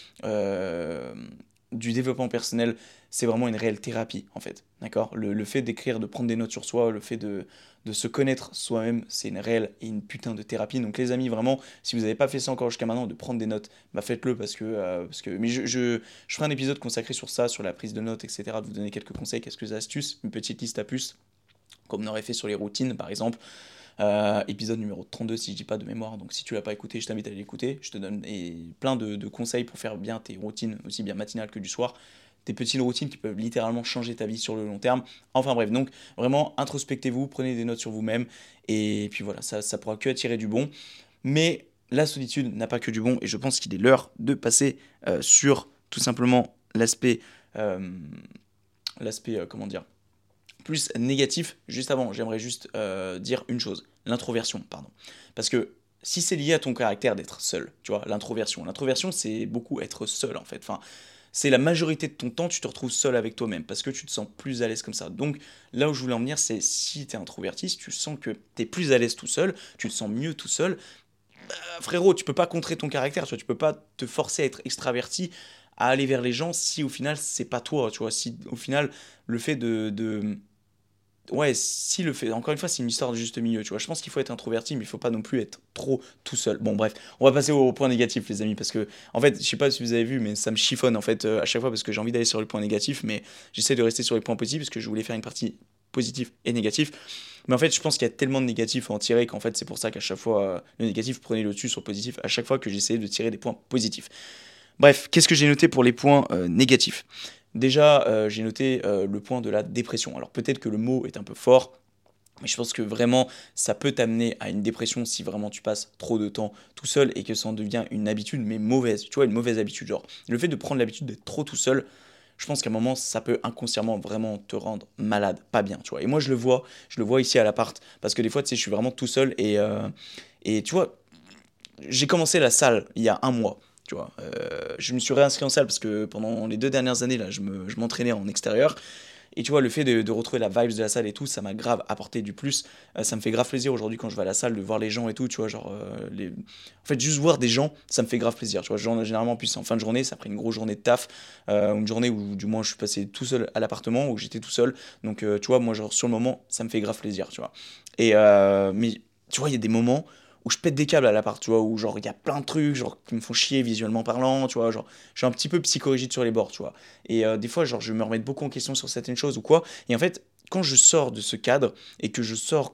du développement personnel, c'est vraiment une réelle thérapie, en fait. D'accord? Le fait d'écrire, de prendre des notes sur soi, le fait de se connaître soi-même, c'est une réelle et une putain de thérapie. Donc les amis, vraiment, si vous n'avez pas fait ça encore jusqu'à maintenant, de prendre des notes, bah faites-le mais je ferai un épisode consacré sur ça, sur la prise de notes, etc., de vous donner quelques conseils, quelques astuces, une petite liste à puces, comme on aurait fait sur les routines, par exemple. Épisode numéro 32 si je dis pas de mémoire, donc si tu l'as pas écouté, je t'invite à l'écouter. Je te donne plein de conseils pour faire bien tes routines, aussi bien matinales que du soir. Des petites routines qui peuvent littéralement changer ta vie sur le long terme. Enfin bref, donc vraiment introspectez-vous, prenez des notes sur vous-même, et puis voilà, ça pourra que attirer du bon. Mais la solitude n'a pas que du bon, et je pense qu'il est l'heure de passer sur tout simplement euh, comment dire, plus négatif. Juste avant, j'aimerais juste dire une chose, l'introversion, pardon. Parce que si c'est lié à ton caractère d'être seul, tu vois, l'introversion c'est beaucoup être seul en fait. Enfin, c'est la majorité de ton temps, tu te retrouves seul avec toi-même parce que tu te sens plus à l'aise comme ça. Donc là où je voulais en venir, c'est si tu es introverti, si tu sens que tu es plus à l'aise tout seul, tu te sens mieux tout seul, frérot, tu peux pas contrer ton caractère, tu vois, tu peux pas te forcer à être extraverti, à aller vers les gens si au final c'est pas toi, tu vois, si au final le fait ouais, si le fait, encore une fois, c'est une histoire de juste milieu, tu vois. Je pense qu'il faut être introverti, mais il faut pas non plus être trop tout seul. Bon, bref, on va passer au point négatif, les amis, parce que, en fait, je sais pas si vous avez vu, mais ça me chiffonne, en fait, à chaque fois, parce que j'ai envie d'aller sur les points négatifs, mais j'essaie de rester sur les points positifs, parce que je voulais faire une partie positif et négatif. Mais en fait, je pense qu'il y a tellement de négatifs à en tirer qu'en fait, c'est pour ça qu'à chaque fois, le négatif prenait le dessus sur le positif, à chaque fois que j'essayais de tirer des points positifs. Bref, qu'est-ce que j'ai noté pour les points négatifs? Déjà, j'ai noté le point de la dépression. Alors peut-être que le mot est un peu fort, mais je pense que vraiment, ça peut t'amener à une dépression si vraiment tu passes trop de temps tout seul et que ça en devient une habitude, mais mauvaise. Tu vois, une mauvaise habitude. Genre, le fait de prendre l'habitude d'être trop tout seul, je pense qu'à un moment, ça peut inconsciemment vraiment te rendre malade, pas bien, tu vois. Et moi, je le vois ici à l'appart, parce que des fois, tu sais, je suis vraiment tout seul et tu vois, j'ai commencé la salle il y a un mois. Tu vois, je me suis réinscrit en salle parce que pendant les 2 dernières années, là, je m'entraînais en extérieur. Et tu vois, le fait de retrouver la vibes de la salle et tout, ça m'a grave apporté du plus. Ça me fait grave plaisir aujourd'hui quand je vais à la salle de voir les gens et tout, tu vois, genre, en fait, juste voir des gens, ça me fait grave plaisir, tu vois. Généralement, plus en fin de journée, ça après une grosse journée de taf, une journée où du moins je suis passé tout seul à l'appartement, où j'étais tout seul. Donc, tu vois, moi, genre, sur le moment, ça me fait grave plaisir, tu vois. Mais, tu vois, il y a des moments où je pète des câbles à l'appart, tu vois, où genre il y a plein de trucs, genre qui me font chier visuellement parlant, tu vois, genre je suis un petit peu psychorigide sur les bords, tu vois. Et des fois, genre je me remets beaucoup en question sur certaines choses ou quoi. Et en fait, quand je sors de ce cadre et que je sors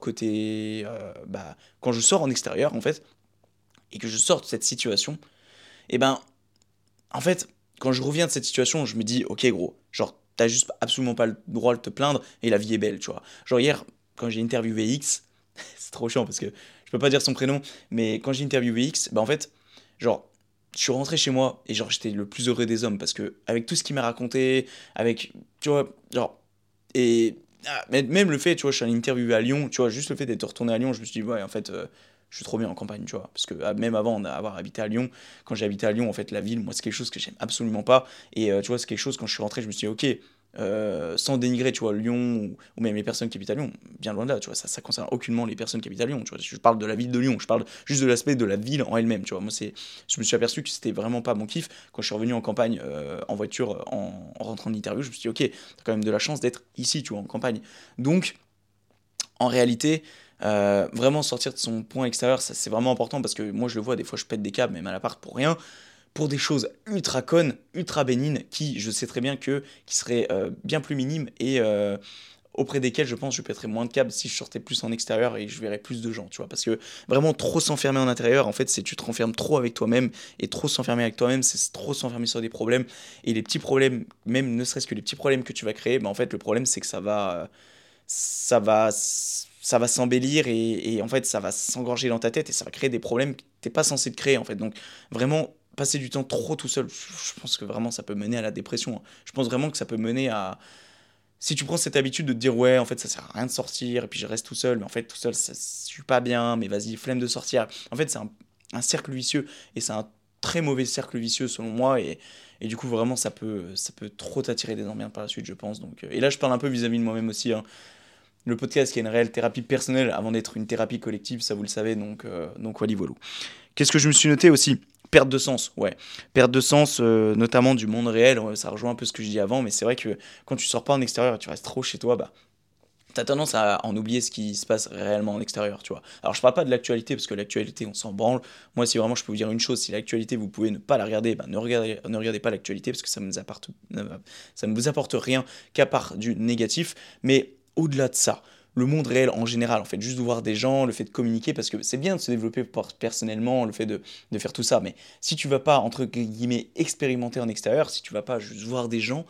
quand je sors en extérieur, en fait, et que je sors de cette situation, et ben, en fait, quand je reviens de cette situation, je me dis, ok gros, genre t'as juste absolument pas le droit de te plaindre et la vie est belle, tu vois. Genre hier, quand j'ai interviewé X, c'est trop chiant parce que je peux pas dire son prénom, mais quand j'ai interviewé X, bah en fait, genre, je suis rentré chez moi et genre j'étais le plus heureux des hommes parce que avec tout ce qu'il m'a raconté, avec, tu vois, genre, et mais même le fait, tu vois, je suis allé interviewer à Lyon, tu vois, juste le fait d'être retourné à Lyon, je me suis dit, ouais, en fait, je suis trop bien en campagne, tu vois, parce que même avant d'avoir habité à Lyon, quand j'ai habité à Lyon, en fait, la ville, moi, c'est quelque chose que j'aime absolument pas, et tu vois, c'est quelque chose, quand je suis rentré, je me suis dit, ok, sans dénigrer, tu vois, Lyon ou même les personnes qui habitent à Lyon, bien loin de là, tu vois, ça concerne aucunement les personnes qui habitent à Lyon, tu vois, je parle de la ville de Lyon, je parle juste de l'aspect de la ville en elle-même, tu vois, moi je me suis aperçu que c'était vraiment pas mon kiff, quand je suis revenu en campagne, en voiture, en rentrant de l'interview, je me suis dit, ok, t'as quand même de la chance d'être ici, tu vois, en campagne, donc, en réalité, vraiment sortir de son point extérieur, ça c'est vraiment important parce que moi je le vois, des fois je pète des câbles, même à l'appart pour rien, pour des choses ultra connes, ultra bénignes, qui je sais très bien qui seraient bien plus minimes et auprès desquels je pense que je pèterais moins de câbles si je sortais plus en extérieur et je verrais plus de gens, tu vois. Parce que vraiment trop s'enfermer en intérieur, en fait, c'est tu te renfermes trop avec toi-même, et trop s'enfermer avec toi-même, c'est trop s'enfermer sur des problèmes. Et les petits problèmes, même ne serait-ce que les petits problèmes que tu vas créer, en fait, le problème c'est que ça va s'embellir, et en fait ça va s'engorger dans ta tête et ça va créer des problèmes que t'es pas censé te créer en fait. Donc vraiment passer du temps trop tout seul, je pense que vraiment ça peut mener à la dépression, hein. Je pense vraiment que ça peut mener à, si tu prends cette habitude de te dire ouais en fait ça sert à rien de sortir et puis je reste tout seul, mais en fait tout seul ça, je suis pas bien, mais vas-y flemme de sortir. En fait c'est un cercle vicieux, et c'est un très mauvais cercle vicieux selon moi, et du coup vraiment ça peut trop t'attirer des emmerdes par la suite je pense. Donc, et là je parle un peu vis-à-vis de moi-même aussi, hein. Le podcast qui est une réelle thérapie personnelle avant d'être une thérapie collective, ça vous le savez, donc voilà, voilà. Qu'est-ce que je me suis noté aussi? Perte de sens, ouais. Perte de sens, notamment du monde réel, ouais, ça rejoint un peu ce que je dis avant, mais c'est vrai que quand tu sors pas en extérieur et tu restes trop chez toi, t'as tendance à en oublier ce qui se passe réellement en extérieur, tu vois. Alors je parle pas de l'actualité, parce que l'actualité, on s'en branle. Moi, si vraiment je peux vous dire une chose, si l'actualité, vous pouvez ne pas la regarder, ne regardez pas l'actualité, parce que ça ne vous apporte rien qu'à part du négatif. Mais au-delà de ça, le monde réel en général, en fait, juste de voir des gens, le fait de communiquer, parce que c'est bien de se développer personnellement, le fait de faire tout ça, mais si tu vas pas, entre guillemets, expérimenter en extérieur, si tu vas pas juste voir des gens,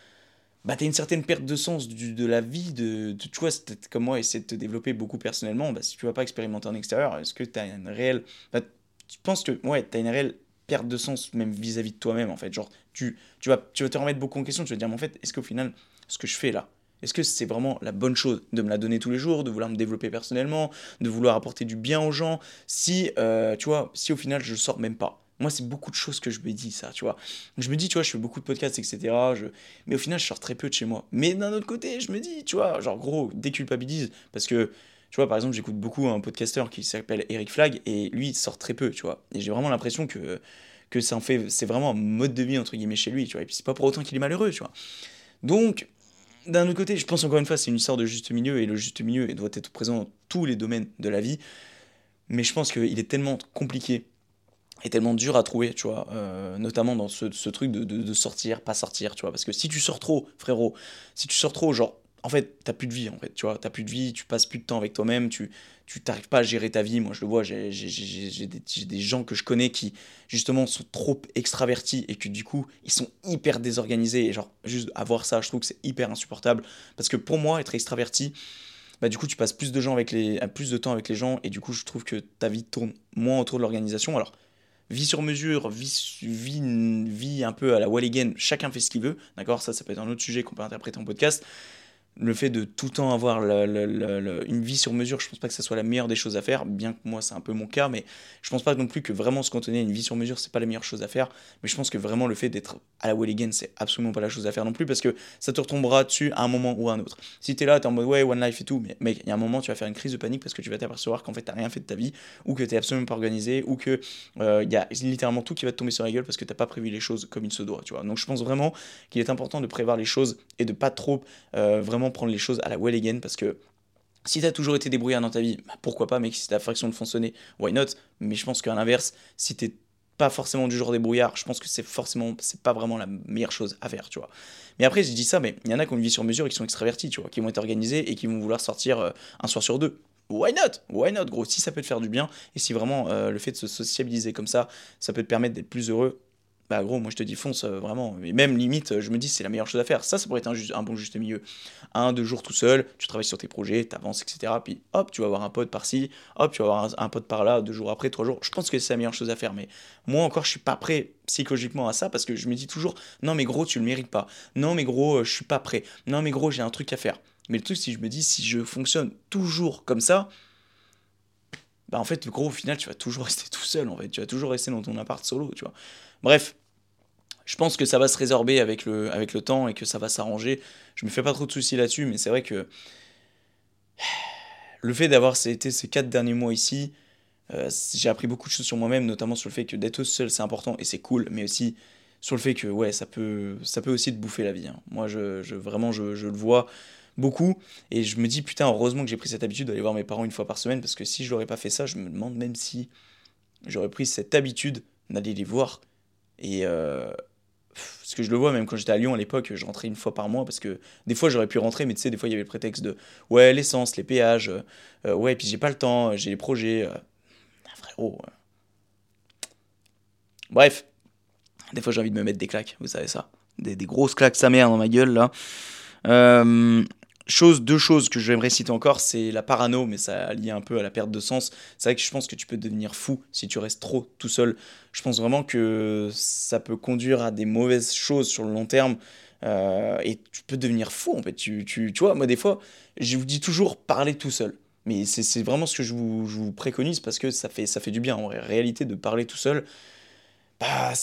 t'as une certaine perte de sens de la vie, tu vois, c'est peut-être comme moi, essayer de te développer beaucoup personnellement, si tu vas pas expérimenter en extérieur, est-ce que tu as une réelle... tu penses que, ouais, tu as une réelle perte de sens, même vis-à-vis de toi-même, en fait, genre, tu vas te remettre beaucoup en question, tu vas te dire, mais en fait, est-ce qu'au final, ce que je fais là, est-ce que c'est vraiment la bonne chose de me la donner tous les jours, de vouloir me développer personnellement, de vouloir apporter du bien aux gens, si, tu vois, si au final je sors même pas. Moi, c'est beaucoup de choses que je me dis, ça, tu vois. Je me dis, tu vois, je fais beaucoup de podcasts, etc. Mais au final, je sors très peu de chez moi. Mais d'un autre côté, je me dis, tu vois, genre, gros, déculpabilise. Parce que, tu vois, par exemple, j'écoute beaucoup un podcasteur qui s'appelle Eric Flag, et lui, il sort très peu, tu vois. Et j'ai vraiment l'impression que ça en fait, c'est vraiment un mode de vie, entre guillemets, chez lui, tu vois. Et puis, c'est pas pour autant qu'il est malheureux, tu vois. Donc, d'un autre côté, je pense encore une fois, c'est une histoire de juste milieu, et le juste milieu il doit être présent dans tous les domaines de la vie. Mais je pense qu'il est tellement compliqué est tellement dur à trouver, tu vois, notamment dans ce truc de sortir, pas sortir, tu vois, parce que si tu sors trop, frérot, si tu sors trop, genre, en fait, t'as plus de vie, en fait, tu vois, t'as plus de vie, tu passes plus de temps avec toi-même, tu t'arrives pas à gérer ta vie. Moi je le vois, j'ai des gens que je connais qui, justement, sont trop extravertis, et que du coup, ils sont hyper désorganisés, et genre, juste avoir ça, je trouve que c'est hyper insupportable, parce que pour moi, être extraverti, du coup, tu passes plus de temps avec les gens, et du coup, je trouve que ta vie tourne moins autour de l'organisation. Alors, vie sur mesure, vie un peu à la Walligan, chacun fait ce qu'il veut, d'accord. Ça peut être un autre sujet qu'on peut interpréter en podcast. Le fait de tout le temps avoir une vie sur mesure, je pense pas que ça soit la meilleure des choses à faire, bien que moi c'est un peu mon cas, mais je pense pas non plus que vraiment se cantonner à une vie sur mesure, c'est pas la meilleure chose à faire. Mais je pense que vraiment le fait d'être à la Walligan, c'est absolument pas la chose à faire non plus, parce que ça te retombera dessus à un moment ou à un autre. Si t'es là, t'es en mode ouais, one life et tout, mais mec, il y a un moment, tu vas faire une crise de panique, parce que tu vas t'apercevoir qu'en fait t'as rien fait de ta vie, ou que t'es absolument pas organisé, ou que il y a littéralement tout qui va te tomber sur la gueule parce que t'as pas prévu les choses comme il se doit, tu vois. Donc je pense vraiment qu'il est important de prévoir les choses, et de pas trop vraiment prendre les choses à la well again, parce que si t'as toujours été débrouillard dans ta vie, pourquoi pas, mec, si t'as la fraction de fonctionner, why not. Mais je pense qu'à l'inverse, si t'es pas forcément du genre débrouillard, je pense que c'est pas vraiment la meilleure chose à faire, tu vois. Mais après, j'ai dit ça, mais il y en a qui ont une vie sur mesure et qui sont extravertis, tu vois, qui vont être organisés et qui vont vouloir sortir un soir sur deux. Why not? Why not, gros? Si ça peut te faire du bien, et si vraiment le fait de se sociabiliser comme ça peut te permettre d'être plus heureux, gros, moi je te dis fonce, vraiment. Et même limite, je me dis c'est la meilleure chose à faire. Ça pourrait être un bon juste milieu. 1, 2 jours tout seul, tu travailles sur tes projets, t'avances, etc. Puis hop, tu vas avoir un pote par-ci, hop, tu vas avoir un pote par-là, 2 jours après, 3 jours. Je pense que c'est la meilleure chose à faire. Mais moi encore, je suis pas prêt psychologiquement à ça, parce que je me dis toujours, non mais gros, tu le mérites pas. Non mais gros, je suis pas prêt. Non mais gros, j'ai un truc à faire. Mais le truc, si je me dis, si je fonctionne toujours comme ça, en fait, gros, au final, tu vas toujours rester tout seul, en fait. Tu vas toujours rester dans ton appart solo, tu vois. Bref, je pense que ça va se résorber avec le temps, et que ça va s'arranger. Je me fais pas trop de soucis là-dessus, mais c'est vrai que le fait d'avoir été ces 4 derniers mois ici, j'ai appris beaucoup de choses sur moi-même, notamment sur le fait que d'être seul c'est important et c'est cool, mais aussi sur le fait que ouais, ça peut aussi te bouffer la vie, hein. Moi, vraiment, je le vois beaucoup, et je me dis putain, heureusement que j'ai pris cette habitude d'aller voir mes parents une fois par semaine, parce que si je n'aurais pas fait ça, je me demande même si j'aurais pris cette habitude d'aller les voir. Et, Parce que je le vois, même quand j'étais à Lyon à l'époque, je rentrais une fois par mois parce que des fois j'aurais pu rentrer, mais tu sais, des fois il y avait le prétexte de ouais, l'essence, les péages, ouais, puis j'ai pas le temps, j'ai les projets. Frérot. Bref, des fois j'ai envie de me mettre des claques, vous savez ça. Des grosses claques sa mère dans ma gueule là. Euh, Deux choses que j'aimerais citer encore, c'est la parano, mais ça lié un peu à la perte de sens. C'est vrai que je pense que tu peux devenir fou si tu restes trop tout seul. Je pense vraiment que ça peut conduire à des mauvaises choses sur le long terme. Et tu peux devenir fou en fait. Tu vois, moi des fois, je vous dis toujours parler tout seul. Mais c'est vraiment ce que je vous préconise parce que ça fait du bien en réalité de parler tout seul. Bah,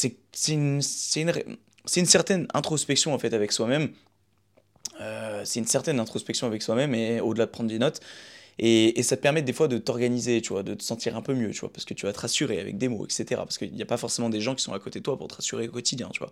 c'est une certaine introspection en fait avec soi-même. C'est une certaine introspection avec soi-même et au-delà de prendre des notes. Et ça te permet des fois de t'organiser, tu vois, de te sentir un peu mieux, tu vois, parce que tu vas te rassurer avec des mots, etc. Parce qu'il n'y a pas forcément des gens qui sont à côté de toi pour te rassurer au quotidien, tu vois.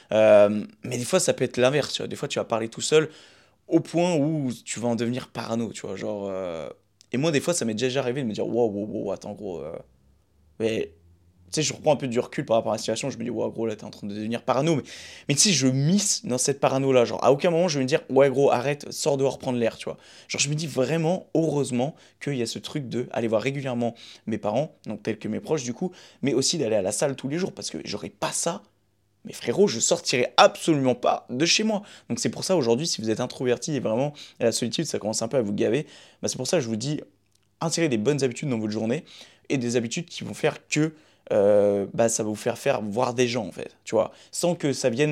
Mais des fois, ça peut être l'inverse, tu vois. Des fois, tu vas parler tout seul au point où tu vas en devenir parano, tu vois. Genre. Et moi, des fois, ça m'est déjà arrivé de me dire, wow, wow, wow, attends, gros. Mais tu sais, je reprends un peu du recul par rapport à la situation, je me dis, ouais, gros, là, t'es en train de devenir parano. Mais tu sais, je miss dans cette parano-là. Genre, à aucun moment, je vais me dire, ouais, gros, arrête, sors dehors prendre l'air, tu vois. Genre, je me dis vraiment, heureusement, qu'il y a ce truc de aller voir régulièrement mes parents, donc tels que mes proches, du coup, mais aussi d'aller à la salle tous les jours, parce que j'aurais pas ça. Mais frérot, je sortirais absolument pas de chez moi. Donc c'est pour ça aujourd'hui, si vous êtes introverti et vraiment la solitude, ça commence un peu à vous gaver, bah c'est pour ça que je vous dis, insérez des bonnes habitudes dans votre journée et des habitudes qui vont faire que bah, ça va vous faire voir des gens en fait, tu vois, sans que ça vienne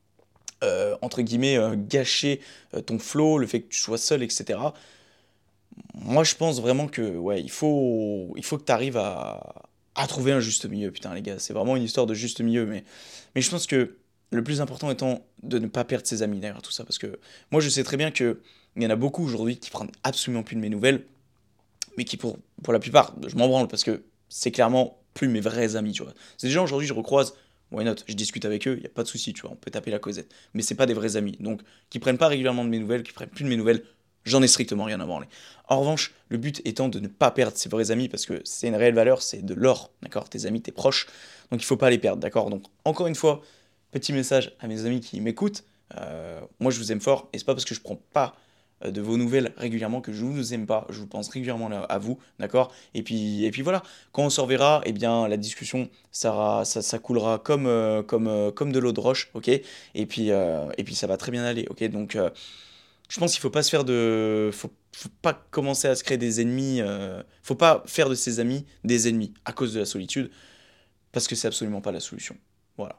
entre guillemets gâcher ton flow, le fait que tu sois seul, etc. Moi je pense vraiment que ouais, il faut que tu arrives à trouver un juste milieu, putain les gars, c'est vraiment une histoire de juste milieu, mais je pense que le plus important étant de ne pas perdre ses amis derrière tout ça, parce que moi je sais très bien que il y en a beaucoup aujourd'hui qui prennent absolument plus de mes nouvelles, mais qui pour la plupart, je m'en branle parce que c'est clairement plus mes vrais amis, tu vois. C'est des gens aujourd'hui, je recroise, why not, je discute avec eux, il y a pas de souci, tu vois, on peut taper la causette. Mais c'est pas des vrais amis. Donc, qui prennent pas régulièrement de mes nouvelles, qui prennent plus de mes nouvelles, j'en ai strictement rien à branler. En revanche, le but étant de ne pas perdre ses vrais amis parce que c'est une réelle valeur, c'est de l'or, d'accord, tes amis, tes proches. Donc, il faut pas les perdre, d'accord. Donc, encore une fois, petit message à mes amis qui m'écoutent. Moi, je vous aime fort et c'est pas parce que je prends pas de vos nouvelles régulièrement que je vous aime pas, je vous pense régulièrement à vous, d'accord. Et puis voilà, quand on se reverra, eh bien la discussion ça coulera comme de l'eau de roche, ok. Et puis ça va très bien aller, ok. Donc je pense qu'il faut pas se faire faut pas commencer à se créer des ennemis, faut pas faire de ses amis des ennemis à cause de la solitude, parce que c'est absolument pas la solution. Voilà.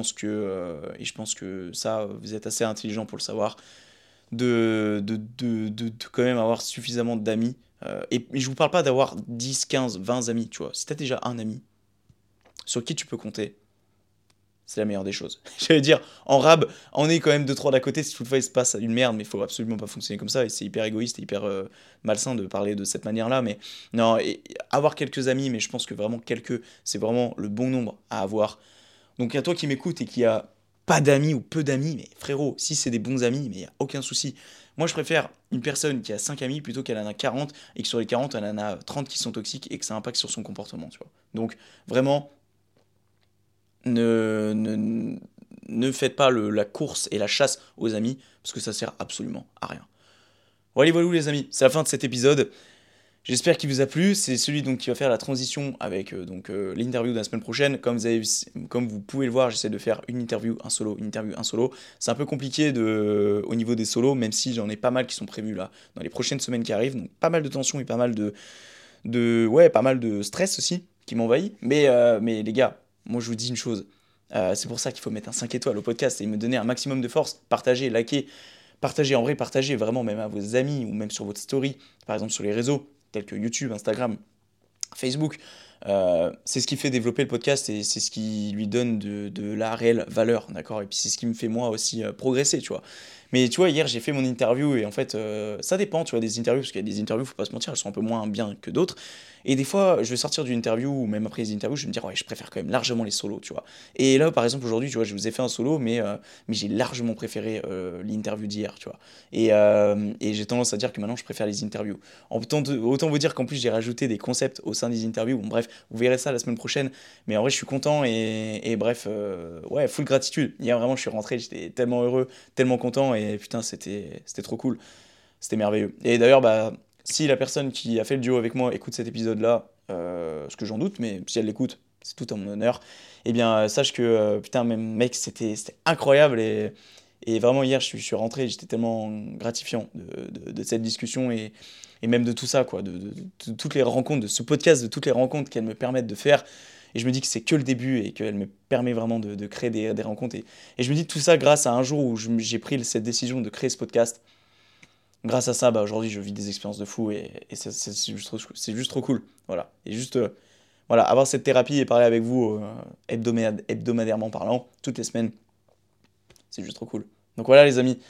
Et je pense que ça, vous êtes assez intelligent pour le savoir de quand même avoir suffisamment d'amis. Et je vous parle pas d'avoir 10 15 20 amis, tu vois. Si t'as déjà un ami sur qui tu peux compter, c'est la meilleure des choses. J'allais dire, en rab, on est quand même deux trois d'à côté si toutefois il se passe une merde, mais il faut absolument pas fonctionner comme ça. Et c'est hyper égoïste et hyper malsain de parler de cette manière-là. Mais non, avoir quelques amis, mais je pense que vraiment quelques, c'est vraiment le bon nombre à avoir. Donc à toi qui m'écoute et qui a pas d'amis ou peu d'amis, mais frérot, si c'est des bons amis, mais il n'y a aucun souci. Moi, je préfère une personne qui a 5 amis plutôt qu'elle en a 40 et que sur les 40 elle en a 30 qui sont toxiques et que ça impacte sur son comportement, tu vois. Donc, vraiment, ne, ne faites pas la course et la chasse aux amis parce que ça sert absolument à rien. Bon, allez, voilà les amis, c'est la fin de cet épisode. J'espère qu'il vous a plu. C'est celui donc qui va faire la transition avec l'interview de la semaine prochaine. Comme vous pouvez le voir, j'essaie de faire une interview, un solo, une interview, un solo. C'est un peu compliqué au niveau des solos, même si j'en ai pas mal qui sont prévus là dans les prochaines semaines qui arrivent. Donc pas mal de tension et pas mal ouais, pas mal de stress aussi qui m'envahit. Mais les gars, moi je vous dis une chose. C'est pour ça qu'il faut mettre un 5 étoiles au podcast et me donner un maximum de force. Partagez, likez, partagez en vrai, partagez vraiment même à vos amis ou même sur votre story, par exemple sur les réseaux tels que YouTube, Instagram, Facebook. C'est ce qui fait développer le podcast et c'est ce qui lui donne de la réelle valeur, d'accord. Et puis c'est ce qui me fait moi aussi progresser, tu vois. Mais tu vois, hier, j'ai fait mon interview et en fait, ça dépend, tu vois, des interviews, parce qu'il y a des interviews, faut pas se mentir, elles sont un peu moins bien que d'autres. Et des fois, je vais sortir d'une interview ou même après les interviews, je vais me dire, ouais, je préfère quand même largement les solos, tu vois. Et là, par exemple, aujourd'hui, tu vois, je vous ai fait un solo, mais j'ai largement préféré l'interview d'hier, tu vois. Et j'ai tendance à dire que maintenant, je préfère les interviews. Autant vous dire qu'en plus, j'ai rajouté des concepts au sein des interviews. Bon, bref, vous verrez ça la semaine prochaine. Mais en vrai, je suis content et bref, ouais, full gratitude. Hier, vraiment, je suis rentré, j'étais tellement heureux, tellement content et putain, c'était trop cool. C'était merveilleux. Et d'ailleurs, bah, si la personne qui a fait le duo avec moi écoute cet épisode-là, ce que j'en doute, mais si elle l'écoute, c'est tout en mon honneur, eh bien, sache que, putain, même mec, c'était incroyable et vraiment, hier, je suis rentré, j'étais tellement gratifiant de cette discussion et même de tout ça, quoi, de toutes les rencontres, de ce podcast, de toutes les rencontres qu'elle me permettent de faire. Et je me dis que c'est que le début et qu'elle me permet vraiment de créer des rencontres. Et je me dis tout ça grâce à un jour où j'ai pris cette décision de créer ce podcast. Grâce à ça, bah, aujourd'hui, je vis des expériences de fou et c'est juste trop cool. Voilà. Et juste, voilà, avoir cette thérapie et parler avec vous hebdomadairement parlant, toutes les semaines, c'est juste trop cool. Donc voilà, les amis,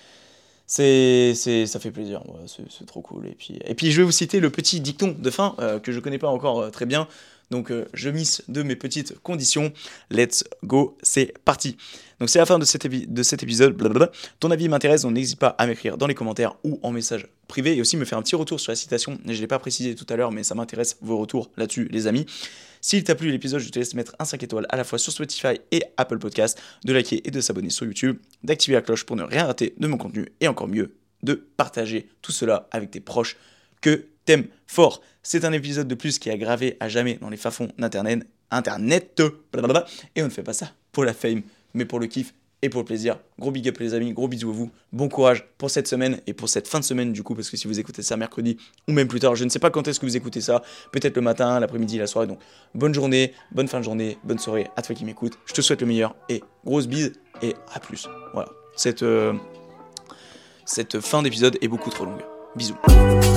ça fait plaisir. Ouais, c'est trop cool. Et puis, je vais vous citer le petit dicton de fin que je connais pas encore très bien. Donc, je mise de mes petites conditions. Let's go, c'est parti. Donc, c'est la fin de cet épisode. Blablabla. Ton avis m'intéresse, donc n'hésite pas à m'écrire dans les commentaires ou en message privé et aussi me faire un petit retour sur la citation. Je ne l'ai pas précisé tout à l'heure, mais ça m'intéresse vos retours là-dessus, les amis. S'il t'a plu l'épisode, je te laisse mettre un 5 étoiles à la fois sur Spotify et Apple Podcast, de liker et de s'abonner sur YouTube, d'activer la cloche pour ne rien rater de mon contenu et encore mieux, de partager tout cela avec tes proches que t'aimes fort. C'est un épisode de plus qui est gravé à jamais dans les fafonds d'Internet, blablabla, et on ne fait pas ça pour la fame, mais pour le kiff et pour le plaisir. Gros big up les amis, gros bisous à vous, bon courage pour cette semaine et pour cette fin de semaine du coup, parce que si vous écoutez ça mercredi ou même plus tard, je ne sais pas quand est-ce que vous écoutez ça, peut-être le matin, l'après-midi, la soirée, donc bonne journée, bonne fin de journée, bonne soirée à toi qui m'écoutes, je te souhaite le meilleur et grosse bise et à plus. Voilà, cette fin d'épisode est beaucoup trop longue. Bisous.